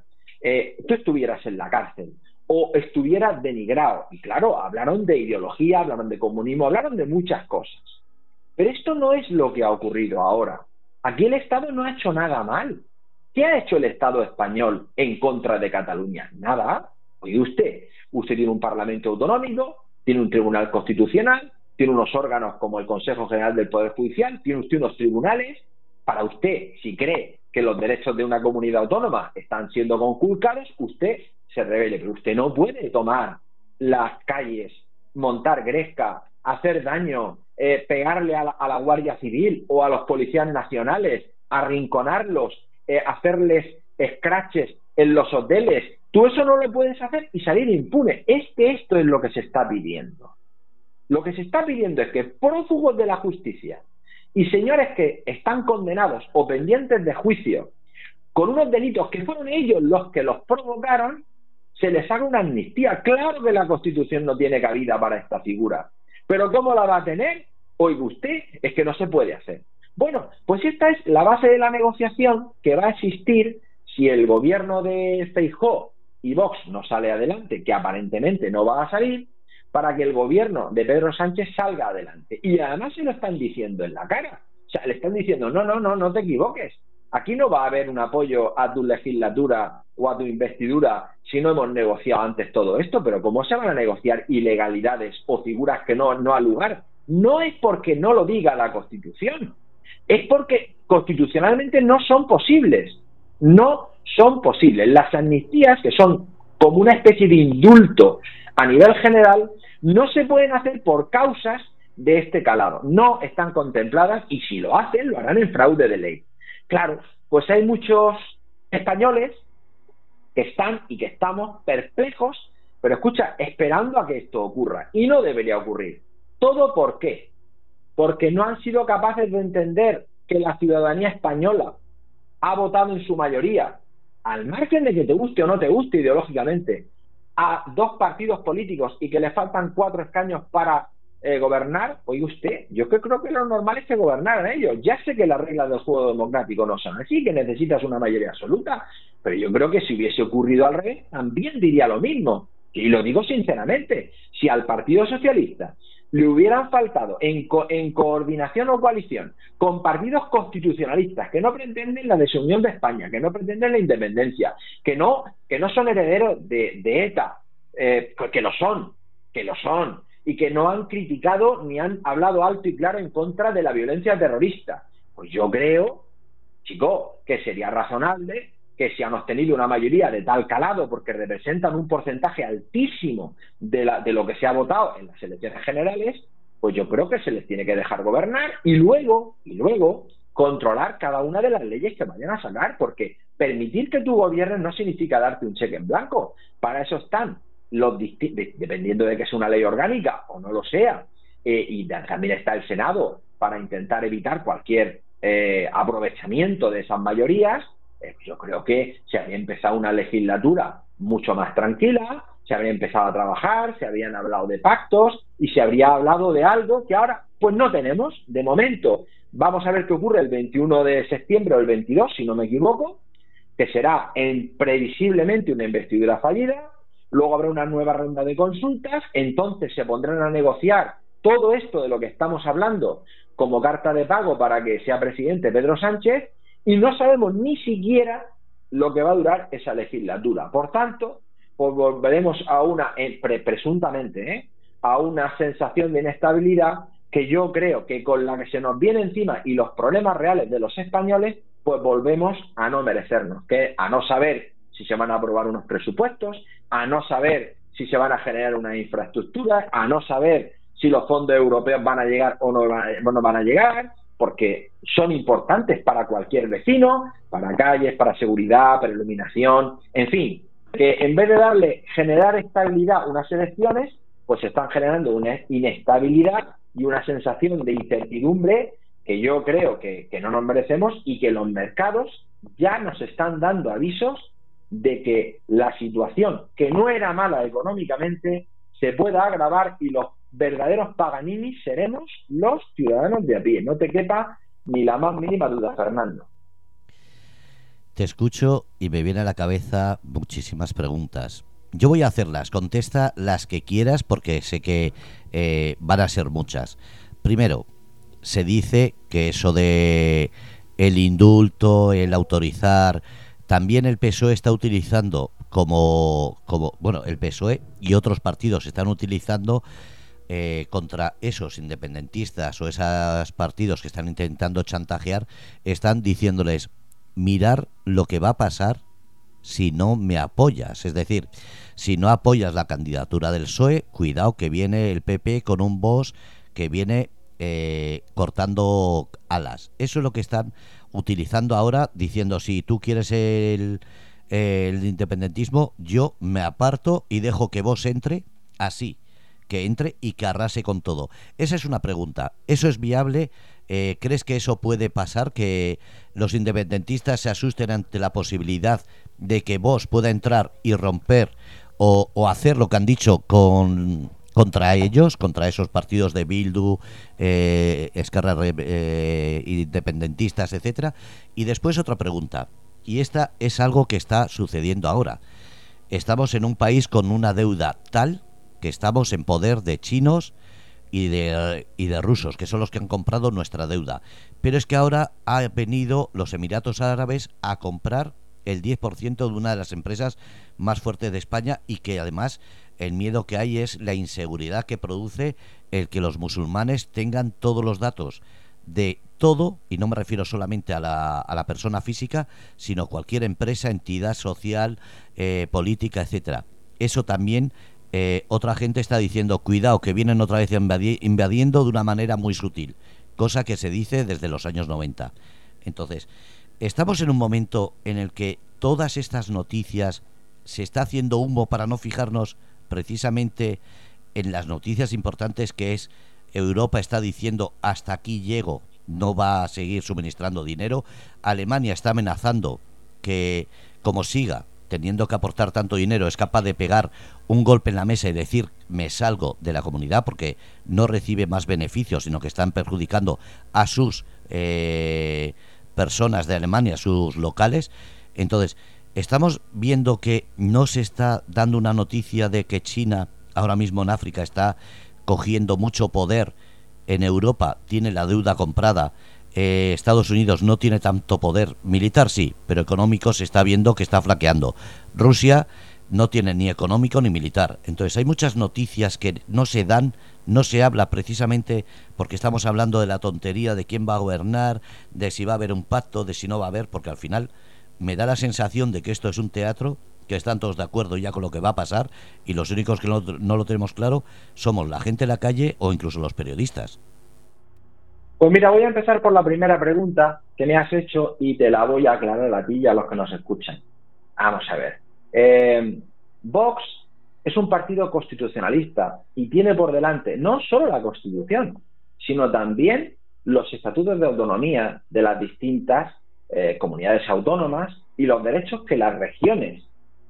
[SPEAKER 2] tú estuvieras en la cárcel o estuvieras denigrado. Y claro, hablaron de ideología, hablaron de comunismo, hablaron de muchas cosas. Pero esto no es lo que ha ocurrido ahora. Aquí el Estado no ha hecho nada mal. ¿Qué ha hecho el Estado español en contra de Cataluña? Nada. Oye, usted tiene un Parlamento autonómico, tiene un Tribunal Constitucional, tiene unos órganos como el Consejo General del Poder Judicial, tiene usted unos tribunales. Para usted, si cree que los derechos de una comunidad autónoma están siendo conculcados, usted se rebele, pero usted no puede tomar las calles, montar gresca, hacer daño, pegarle a la Guardia Civil o a los policías nacionales, arrinconarlos, hacerles scratches en los hoteles. Tú eso no lo puedes hacer y salir impune. Esto es lo que se está pidiendo. Lo que se está pidiendo es que prófugos de la justicia y señores que están condenados o pendientes de juicio con unos delitos que fueron ellos los que los provocaron, se les haga una amnistía. Claro que la Constitución no tiene cabida para esta figura, pero ¿cómo la va a tener? Oiga usted, es que no se puede hacer. Bueno, pues esta es la base de la negociación que va a existir si el gobierno de Feijóo y Vox no sale adelante, que aparentemente no va a salir, para que el gobierno de Pedro Sánchez salga adelante. Y además se lo están diciendo en la cara. O sea, le están diciendo, no te equivoques. Aquí no va a haber un apoyo a tu legislatura o a tu investidura si no hemos negociado antes todo esto. Pero ¿cómo se van a negociar ilegalidades o figuras que no han lugar? No es porque no lo diga la Constitución. Es porque constitucionalmente no son posibles. No son posibles. Las amnistías, que son como una especie de indulto a nivel general, no se pueden hacer por causas de este calado. No están contempladas y si lo hacen, lo harán en fraude de ley. Claro, pues hay muchos españoles que están y que estamos perplejos, pero escucha, esperando a que esto ocurra. Y no debería ocurrir. ¿Todo por qué? Porque no han sido capaces de entender que la ciudadanía española ha votado en su mayoría, al margen de que te guste o no te guste ideológicamente, a dos partidos políticos y que le faltan 4 escaños para gobernar. Oye usted, yo creo que lo normal es que gobernaran ellos. Ya sé que las reglas del juego democrático no son así, que necesitas una mayoría absoluta, pero yo creo que si hubiese ocurrido al revés, también diría lo mismo. Y lo digo sinceramente, si al Partido Socialista le hubieran faltado en coordinación o coalición con partidos constitucionalistas que no pretenden la desunión de España, que no pretenden la independencia, que no son herederos de ETA, que lo son, y que no han criticado ni han hablado alto y claro en contra de la violencia terrorista, pues yo creo, chico, que sería razonable que si han obtenido una mayoría de tal calado, porque representan un porcentaje altísimo de lo que se ha votado en las elecciones generales, pues yo creo que se les tiene que dejar gobernar y luego controlar cada una de las leyes que vayan a sacar, porque permitir que tú gobiernes no significa darte un cheque en blanco. Para eso están dependiendo de que sea una ley orgánica o no lo sea, y también está el Senado para intentar evitar cualquier aprovechamiento de esas mayorías. Yo creo que se había empezado una legislatura mucho más tranquila, se habría empezado a trabajar, se habían hablado de pactos y se habría hablado de algo que ahora pues no tenemos. De momento vamos a ver qué ocurre el 21 de septiembre o el 22, si no me equivoco, que será previsiblemente una investidura fallida. Luego habrá una nueva ronda de consultas, entonces se pondrán a negociar todo esto de lo que estamos hablando como carta de pago para que sea presidente Pedro Sánchez, y no sabemos ni siquiera lo que va a durar esa legislatura. Por tanto, pues volveremos a presuntamente, a una sensación de inestabilidad que yo creo que con la que se nos viene encima y los problemas reales de los españoles, pues volvemos a no merecernos, a no saber si se van a aprobar unos presupuestos, a no saber si se van a generar unas infraestructuras, a no saber si los fondos europeos van a llegar o no van a llegar, porque son importantes para cualquier vecino, para calles, para seguridad, para iluminación, en fin, que en vez de generar estabilidad unas elecciones, pues se están generando una inestabilidad y una sensación de incertidumbre que yo creo que no nos merecemos, y que los mercados ya nos están dando avisos de que la situación, que no era mala económicamente, se pueda agravar, y los verdaderos paganinis seremos los ciudadanos de a pie. No te quepa ni la más mínima duda, Fernando.
[SPEAKER 1] Te escucho y me viene a la cabeza muchísimas preguntas. Yo voy a hacerlas, contesta las que quieras porque sé que van a ser muchas. Primero, se dice que eso de el indulto, el autorizar, también el PSOE está utilizando bueno, el PSOE y otros partidos están utilizando contra esos independentistas o esos partidos que están intentando chantajear, están diciéndoles: mirar lo que va a pasar si no me apoyas. Es decir, si no apoyas la candidatura del PSOE, cuidado que viene el PP con un boss que viene cortando alas. Eso es lo que están utilizando ahora, diciendo: si tú quieres el independentismo, yo me aparto y dejo que vos entre así, que entre y que arrase con todo. Esa es una pregunta. ¿Eso es viable? ¿Crees que eso puede pasar? ¿Que los independentistas se asusten ante la posibilidad de que Vox pueda entrar y romper o hacer lo que han dicho contra ellos, contra esos partidos de Bildu, Esquerra, independentistas, etcétera? Y después otra pregunta, y esta es algo que está sucediendo ahora. Estamos en un país con una deuda tal que estamos en poder de chinos y de rusos, que son los que han comprado nuestra deuda. Pero es que ahora han venido los Emiratos Árabes a comprar el 10% de una de las empresas más fuertes de España, y que además el miedo que hay es la inseguridad que produce el que los musulmanes tengan todos los datos de todo, y no me refiero solamente a la persona física, sino cualquier empresa, entidad social, política, etcétera. Eso también otra gente está diciendo: cuidado que vienen otra vez invadiendo de una manera muy sutil, cosa que se dice desde los años 90. Entonces, estamos en un momento en el que todas estas noticias se está haciendo humo para no fijarnos precisamente en las noticias importantes, que es: Europa está diciendo hasta aquí llego, no va a seguir suministrando dinero. Alemania está amenazando que, como siga teniendo que aportar tanto dinero, es capaz de pegar un golpe en la mesa y decir: me salgo de la comunidad, porque no recibe más beneficios, sino que están perjudicando a sus personas de Alemania, sus locales. Entonces, estamos viendo que no se está dando una noticia de que China ahora mismo en África está cogiendo mucho poder. En Europa tiene la deuda comprada. Estados Unidos no tiene tanto poder militar, sí, pero económico se está viendo que está flaqueando. Rusia no tiene ni económico ni militar. Entonces hay muchas noticias que no se dan, no se habla, precisamente porque estamos hablando de la tontería de quién va a gobernar, de si va a haber un pacto, de si no va a haber, porque al final me da la sensación de que esto es un teatro, que están todos de acuerdo ya con lo que va a pasar, y los únicos que no lo tenemos claro somos la gente en la calle o incluso los periodistas.
[SPEAKER 2] Pues mira, voy a empezar por la primera pregunta que me has hecho y te la voy a aclarar a ti y a los que nos escuchan. Vamos a ver. Vox es un partido constitucionalista y tiene por delante no solo la Constitución, sino también los estatutos de autonomía de las distintas comunidades autónomas y los derechos que las regiones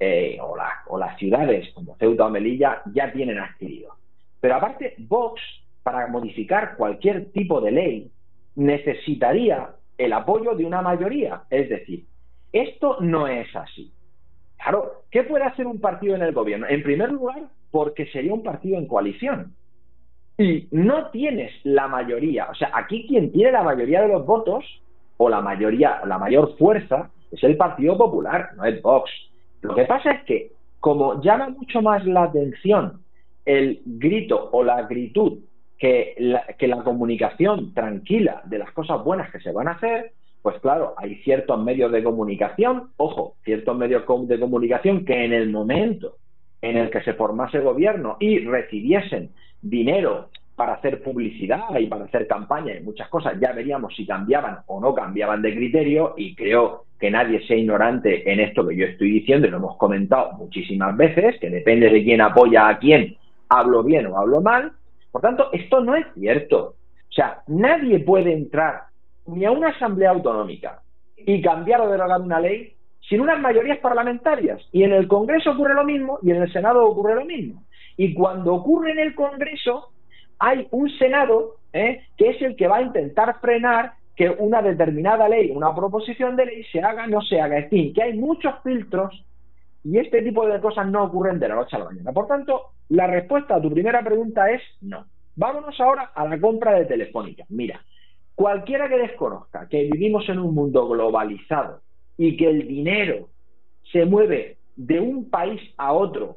[SPEAKER 2] o las ciudades como Ceuta o Melilla ya tienen adquiridos. Pero aparte, Vox, para modificar cualquier tipo de ley, necesitaría el apoyo de una mayoría. Es decir, esto no es así. Claro, ¿qué puede hacer un partido en el gobierno? En primer lugar, porque sería un partido en coalición. Y no tienes la mayoría. O sea, aquí quien tiene la mayoría de los votos, o la mayor fuerza, es el Partido Popular, no es Vox. Lo que pasa es que, como llama mucho más la atención el grito o la gritud que la comunicación tranquila de las cosas buenas que se van a hacer, pues claro, hay ciertos medios de comunicación, ciertos medios de comunicación que en el momento en el que se formase el gobierno y recibiesen dinero para hacer publicidad y para hacer campaña y muchas cosas, ya veríamos si cambiaban o no cambiaban de criterio, y creo que nadie sea ignorante en esto que yo estoy diciendo, y lo hemos comentado muchísimas veces, que depende de quién apoya a quién, hablo bien o hablo mal. Por tanto, esto no es cierto. O sea, nadie puede entrar ni a una asamblea autonómica y cambiar o derogar una ley sin unas mayorías parlamentarias. Y en el Congreso ocurre lo mismo y en el Senado ocurre lo mismo. Y cuando ocurre en el Congreso, hay un Senado que es el que va a intentar frenar que una determinada ley, una proposición de ley se haga, no se haga. En fin, que hay muchos filtros y este tipo de cosas no ocurren de la noche a la mañana. Por tanto, la respuesta a tu primera pregunta es no. Vámonos ahora a la compra de Telefónica. Mira, cualquiera que desconozca que vivimos en un mundo globalizado y que el dinero se mueve de un país a otro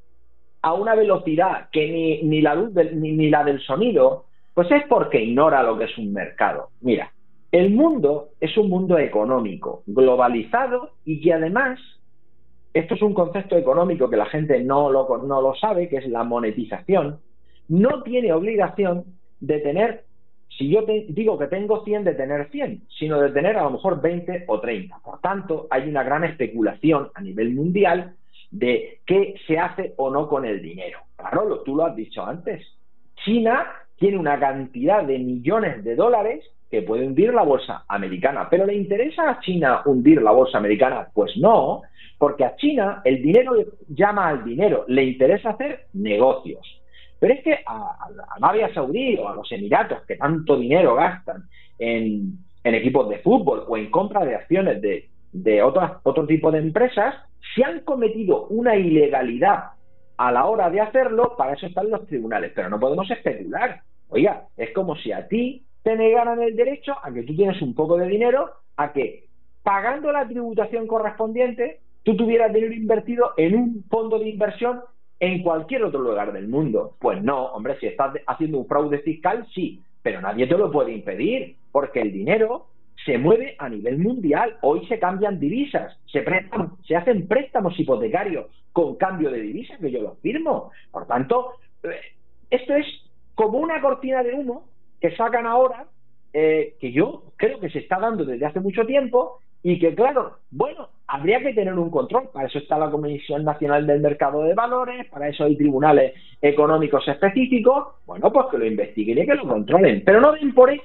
[SPEAKER 2] a una velocidad que ni la luz ni la del sonido, pues es porque ignora lo que es un mercado. Mira, el mundo es un mundo económico, globalizado, y que además, esto es un concepto económico que la gente no lo sabe, que es la monetización, no tiene obligación de tener, si yo digo que tengo 100, de tener 100, sino de tener a lo mejor 20 o 30. Por tanto, hay una gran especulación a nivel mundial de qué se hace o no con el dinero. Claro, tú lo has dicho antes. China tiene una cantidad de millones de dólares que puede hundir la bolsa americana. ¿Pero le interesa a China hundir la bolsa americana? Pues no, porque a China el dinero llama al dinero, le interesa hacer negocios. Pero es que a Arabia Saudí o a los Emiratos, que tanto dinero gastan en equipos de fútbol o en compra de acciones de otro tipo de empresas, si han cometido una ilegalidad a la hora de hacerlo, para eso están los tribunales. Pero no podemos especular. Oiga, es como si a ti te negaran el derecho a que tú tienes un poco de dinero, a que pagando la tributación correspondiente, tú tuvieras dinero invertido en un fondo de inversión en cualquier otro lugar del mundo. Pues no, hombre, si estás haciendo un fraude fiscal, sí, pero nadie te lo puede impedir, porque el dinero se mueve a nivel mundial. Hoy se cambian divisas, se hacen préstamos hipotecarios con cambio de divisas, que yo los firmo. Por tanto, esto es como una cortina de humo que sacan ahora, que yo creo que se está dando desde hace mucho tiempo, y que, claro, bueno, habría que tener un control. Para eso está la Comisión Nacional del Mercado de Valores, para eso hay tribunales económicos específicos. Bueno, pues que lo investiguen y que lo controlen, pero no den por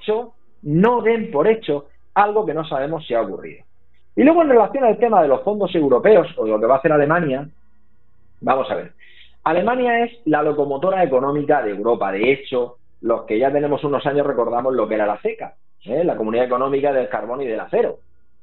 [SPEAKER 2] hecho algo que no sabemos si ha ocurrido. Y luego, en relación al tema de los fondos europeos o de lo que va a hacer Alemania, vamos a ver. Alemania es la locomotora económica de Europa. De hecho, los que ya tenemos unos años recordamos lo que era la CECA, la Comunidad Económica del Carbón y del Acero.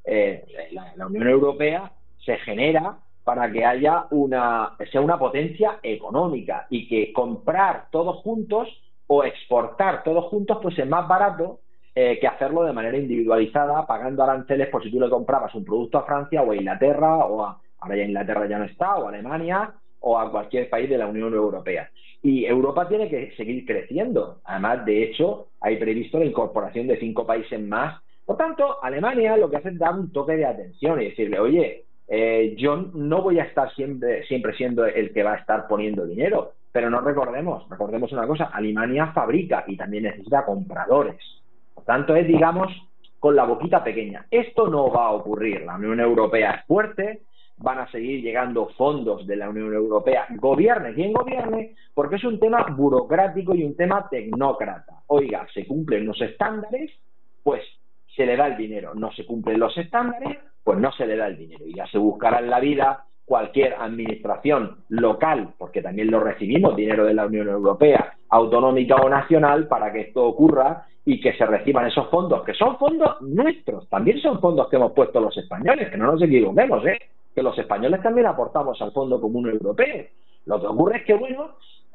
[SPEAKER 2] La Unión Europea se genera para que sea una potencia económica, y que comprar todos juntos o exportar todos juntos pues es más barato que hacerlo de manera individualizada, pagando aranceles por si tú le comprabas un producto a Francia o a Inglaterra, ahora ya Inglaterra ya no está, o a Alemania, o a cualquier país de la Unión Europea. Y Europa tiene que seguir creciendo. Además, de hecho, hay previsto la incorporación de 5 países más. Por tanto, Alemania lo que hace es dar un toque de atención y decirle, oye, yo no voy a estar siempre siendo el que va a estar poniendo dinero. Pero no recordemos una cosa, Alemania fabrica y también necesita compradores. Por tanto, es, digamos, con la boquita pequeña. Esto no va a ocurrir. La Unión Europea es fuerte, van a seguir llegando fondos de la Unión Europea, gobierne quien gobierne, porque es un tema burocrático y un tema tecnócrata. Oiga, se cumplen los estándares, pues se le da el dinero. No se cumplen los estándares, pues no se le da el dinero. Y ya se buscará en la vida cualquier administración local, porque también lo recibimos, dinero de la Unión Europea, autonómica o nacional, para que esto ocurra y que se reciban esos fondos, que son fondos nuestros, también son fondos que hemos puesto los españoles, que no nos equivoquemos, que los españoles también aportamos al Fondo Común Europeo. Lo que ocurre es que, bueno,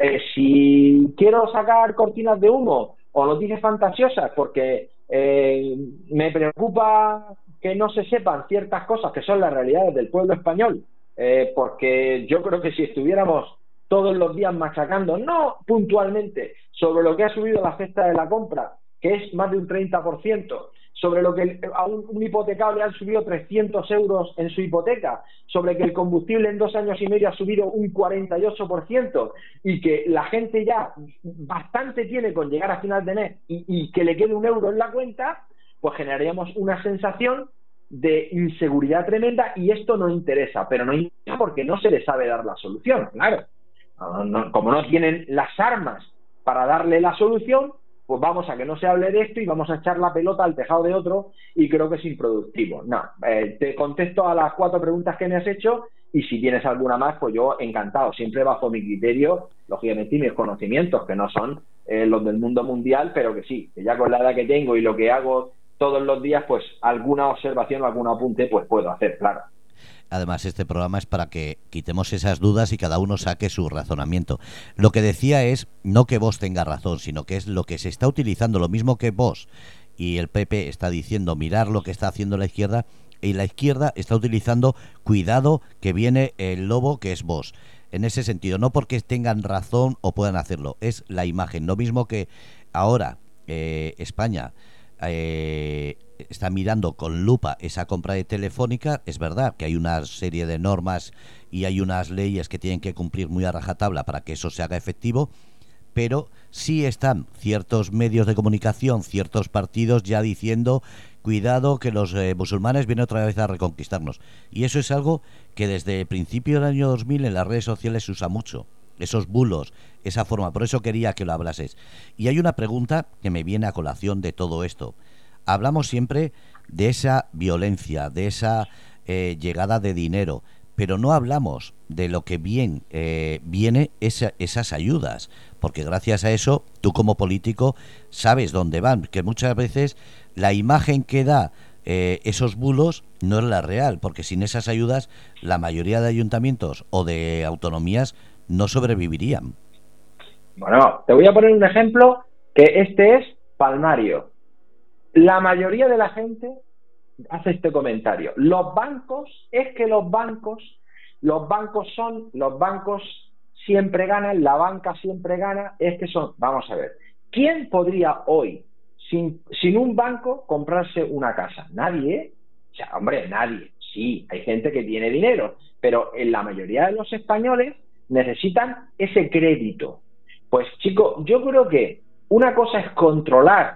[SPEAKER 2] si quiero sacar cortinas de humo o noticias fantasiosas porque me preocupa que no se sepan ciertas cosas que son las realidades del pueblo español, porque yo creo que si estuviéramos todos los días machacando, no puntualmente, sobre lo que ha subido la cesta de la compra, que es más de un 30%, sobre lo que a un hipotecado le han subido 300 euros en su hipoteca, sobre que el combustible en 2 años y medio ha subido un 48%, y que la gente ya bastante tiene con llegar a final de mes y que le quede 1 euro en la cuenta, pues generaríamos una sensación de inseguridad tremenda, y esto no interesa, pero no interesa porque no se le sabe dar la solución, claro. Como no tienen las armas para darle la solución, pues vamos a que no se hable de esto y vamos a echar la pelota al tejado de otro, y creo que es improductivo. No, te contesto a las 4 preguntas que me has hecho, y si tienes alguna más, pues yo encantado, siempre bajo mi criterio, lógicamente, y mis conocimientos, que no son los del mundo mundial, pero que sí, que ya con la edad que tengo y lo que hago todos los días, pues alguna observación o algún apunte pues puedo hacer, claro.
[SPEAKER 1] Además, este programa es para que quitemos esas dudas y cada uno saque su razonamiento. Lo que decía es no que vos tenga razón, sino que es lo que se está utilizando, lo mismo que vos y el PP está diciendo mirar lo que está haciendo la izquierda, y la izquierda está utilizando cuidado que viene el lobo que es vos. En ese sentido, no porque tengan razón o puedan hacerlo, es la imagen. Lo mismo que ahora España está mirando con lupa esa compra de Telefónica. Es verdad que hay una serie de normas y hay unas leyes que tienen que cumplir muy a rajatabla para que eso se haga efectivo, pero sí están ciertos medios de comunicación, ciertos partidos ya diciendo cuidado que los musulmanes vienen otra vez a reconquistarnos, y eso es algo que desde el principio del año 2000 en las redes sociales se usa mucho, esos bulos, esa forma. Por eso quería que lo hablases. Y hay una pregunta que me viene a colación de todo esto. Hablamos siempre de esa violencia, de esa llegada de dinero, pero no hablamos de lo que viene esas ayudas, porque gracias a eso tú como político sabes dónde van, que muchas veces la imagen que da esos bulos no es la real, porque sin esas ayudas la mayoría de ayuntamientos o de autonomías no sobrevivirían.
[SPEAKER 2] Bueno, te voy a poner un ejemplo que este es palmario. La mayoría de la gente hace este comentario. Los bancos siempre ganan, la banca siempre gana, vamos a ver, ¿quién podría hoy, sin un banco, comprarse una casa? Nadie, ¿eh? O sea, hombre, nadie. Sí, hay gente que tiene dinero, pero en la mayoría de los españoles necesitan ese crédito. Pues, chico, yo creo que una cosa es controlar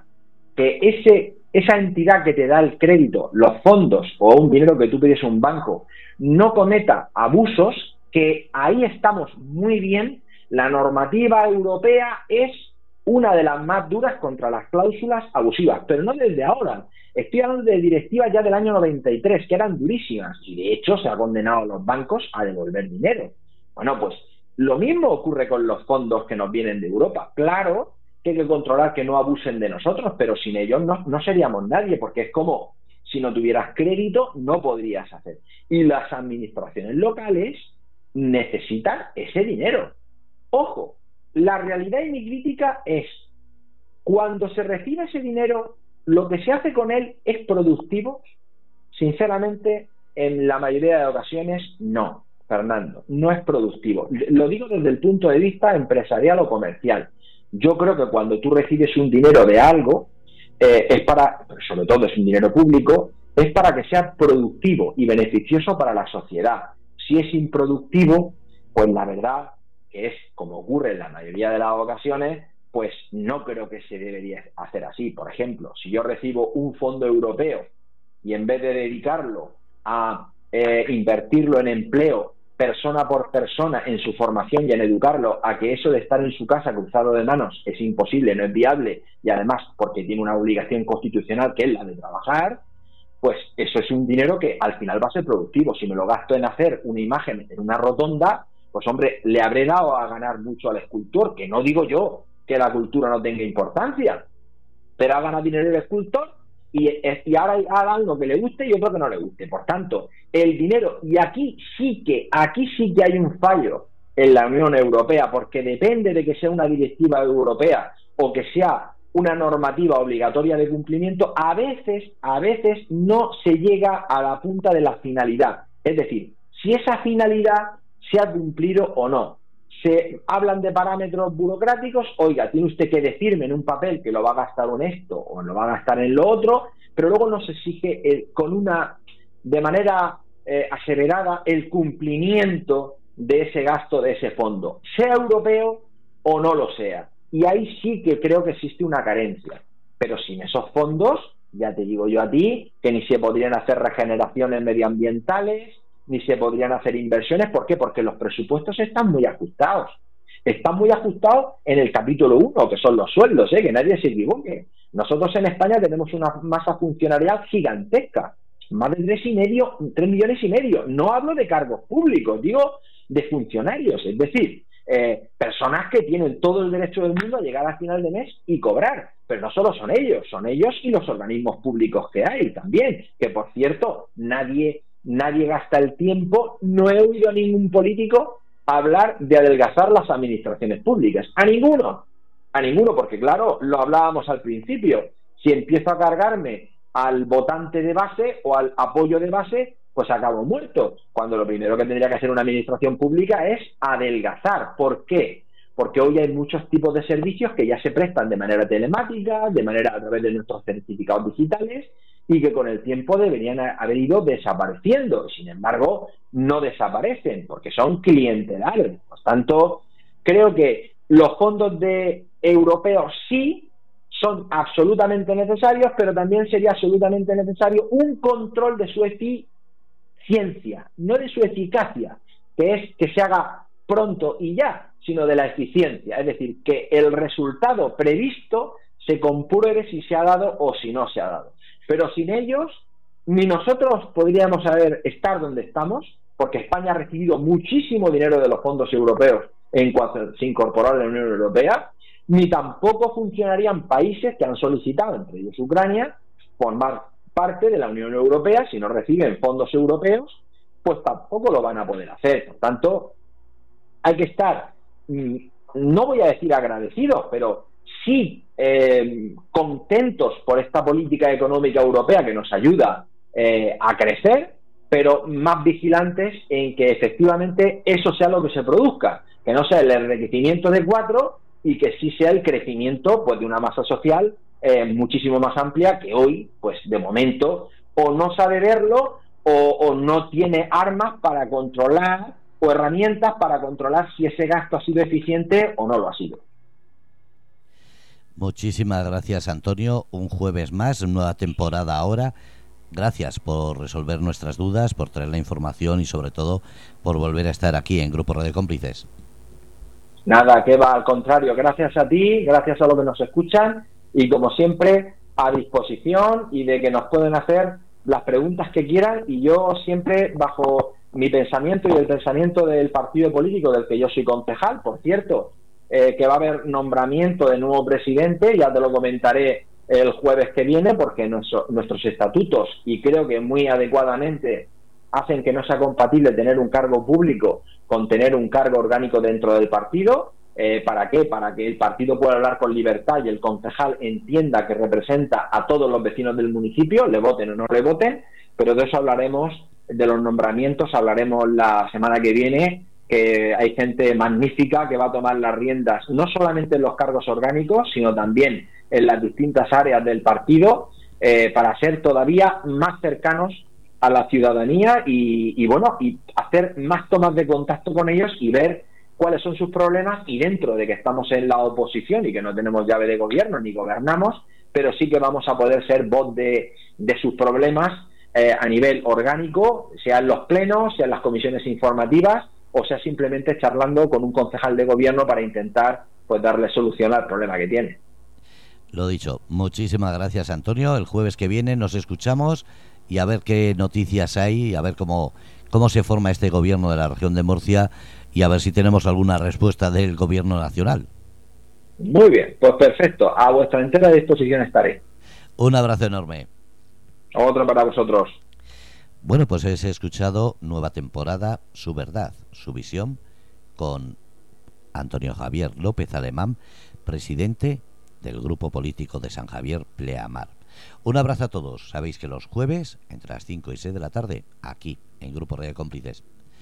[SPEAKER 2] que esa entidad que te da el crédito, los fondos o un dinero que tú pides a un banco, no cometa abusos, que ahí estamos muy bien. La normativa europea es una de las más duras contra las cláusulas abusivas, pero no desde ahora. Estoy hablando de directivas ya del año 93, que eran durísimas, y de hecho se ha condenado a los bancos a devolver dinero. Bueno, pues lo mismo ocurre con los fondos que nos vienen de Europa. Claro que hay que controlar que no abusen de nosotros, pero sin ellos no seríamos nadie, porque es como si no tuvieras crédito no podrías hacer. Y las administraciones locales necesitan ese dinero. Ojo, la realidad y mi crítica es, cuando se recibe ese dinero, lo que se hace con él es productivo. Sinceramente, en la mayoría de ocasiones no, Fernando, no es productivo. Lo digo desde el punto de vista empresarial o comercial. Yo creo que cuando tú recibes un dinero de algo, es para, sobre todo es un dinero público, es para que sea productivo y beneficioso para la sociedad. Si es improductivo, pues la verdad que es como ocurre en la mayoría de las ocasiones, pues no creo que se debería hacer así. Por ejemplo, si yo recibo un fondo europeo y en vez de dedicarlo a invertirlo en empleo persona por persona, en su formación y en educarlo a que eso de estar en su casa cruzado de manos es imposible, no es viable, y además porque tiene una obligación constitucional que es la de trabajar, pues eso es un dinero que al final va a ser productivo. Si me lo gasto en hacer una imagen en una rotonda, pues hombre, le habré dado a ganar mucho al escultor, que no digo yo que la cultura no tenga importancia, pero ha ganado dinero el escultor y ahora hagan lo que le guste y otro que no le guste. Por tanto, el dinero, y aquí sí que hay un fallo en la Unión Europea, porque depende de que sea una directiva europea o que sea una normativa obligatoria de cumplimiento, a veces no se llega a la punta de la finalidad. Es decir, si esa finalidad se ha cumplido o no. Se hablan de parámetros burocráticos, oiga, tiene usted que decirme en un papel que lo va a gastar en esto o lo va a gastar en lo otro, pero luego nos exige de manera aseverada el cumplimiento de ese gasto, de ese fondo, sea europeo o no lo sea. Y ahí sí que creo que existe una carencia. Pero sin esos fondos, ya te digo yo a ti, que ni se podrían hacer regeneraciones medioambientales, ni se podrían hacer inversiones. ¿Por qué? Porque los presupuestos están muy ajustados. Están muy ajustados en el capítulo 1, que son los sueldos, que nadie se equivoque. Nosotros en España tenemos una masa funcionarial gigantesca, más de 3 millones y medio. No hablo de cargos públicos, digo de funcionarios. Es decir, personas que tienen todo el derecho del mundo a llegar al final de mes y cobrar. Pero no solo son ellos y los organismos públicos que hay también, que por cierto, nadie gasta el tiempo. No he oído a ningún político hablar de adelgazar las administraciones públicas. A ninguno, porque claro, lo hablábamos al principio, si empiezo a cargarme al votante de base o al apoyo de base, pues acabo muerto, cuando lo primero que tendría que hacer una administración pública es adelgazar. ¿Por qué? Porque hoy hay muchos tipos de servicios que ya se prestan de manera telemática, de manera a través de nuestros certificados digitales, y que con el tiempo deberían haber ido desapareciendo. Sin embargo, no desaparecen, porque son clientelares. Por tanto, creo que los fondos europeos sí son absolutamente necesarios, pero también sería absolutamente necesario un control de su eficiencia, no de su eficacia, que es que se haga pronto y ya, sino de la eficiencia, es decir, que el resultado previsto se compruebe si se ha dado o si no se ha dado. Pero sin ellos, ni nosotros podríamos estar donde estamos, porque España ha recibido muchísimo dinero de los fondos europeos en cuanto se incorporó a la Unión Europea, ni tampoco funcionarían países que han solicitado, entre ellos Ucrania, formar parte de la Unión Europea. Si no reciben fondos europeos, pues tampoco lo van a poder hacer. Por tanto, hay que estar, no voy a decir agradecidos, pero sí contentos por esta política económica europea que nos ayuda a crecer, pero más vigilantes en que efectivamente eso sea lo que se produzca, que no sea el enriquecimiento de 4 y que sí sea el crecimiento pues de una masa social muchísimo más amplia que hoy, pues de momento, o no sabe verlo o no tiene armas para controlar o herramientas para controlar si ese gasto ha sido eficiente o no lo ha sido.
[SPEAKER 1] Muchísimas gracias, Antonio. Un jueves más, nueva temporada ahora. Gracias por resolver nuestras dudas, por traer la información y sobre todo por volver a estar aquí en Grupo Radio Cómplices.
[SPEAKER 2] Nada, que va, al contrario, gracias a ti, gracias a los que nos escuchan y como siempre a disposición y de que nos pueden hacer las preguntas que quieran y yo siempre bajo mi pensamiento y el pensamiento del partido político del que yo soy concejal, por cierto, que va a haber nombramiento de nuevo presidente, ya te lo comentaré el jueves que viene porque nuestros estatutos y creo que muy adecuadamente hacen que no sea compatible tener un cargo público con tener un cargo orgánico dentro del partido. ¿Para qué? Para que el partido pueda hablar con libertad y el concejal entienda que representa a todos los vecinos del municipio, le voten o no le voten, pero de eso hablaremos, de los nombramientos hablaremos la semana que viene, que hay gente magnífica que va a tomar las riendas no solamente en los cargos orgánicos, sino también en las distintas áreas del partido, para ser todavía más cercanos a la ciudadanía y hacer más tomas de contacto con ellos y ver cuáles son sus problemas, y dentro de que estamos en la oposición y que no tenemos llave de gobierno ni gobernamos, pero sí que vamos a poder ser voz de sus problemas a nivel orgánico, sea en los plenos, sea en las comisiones informativas o sea simplemente charlando con un concejal de gobierno para intentar pues darle solución al problema que tiene.
[SPEAKER 1] Lo dicho, muchísimas gracias, Antonio. El jueves que viene nos escuchamos y a ver qué noticias hay, a ver cómo se forma este gobierno de la región de Murcia y a ver si tenemos alguna respuesta del gobierno nacional.
[SPEAKER 2] Muy bien, pues perfecto, a vuestra entera disposición estaré.
[SPEAKER 1] Un abrazo enorme.
[SPEAKER 2] Otro para vosotros.
[SPEAKER 1] Bueno, pues he escuchado nueva temporada, Su Verdad, Su Visión, con Antonio Javier López Alemán, presidente del Grupo Político de San Javier, Pleamar. Un abrazo a todos. Sabéis que los jueves, entre las 5 y 6 de la tarde, aquí, en Grupo Radio Cómplices.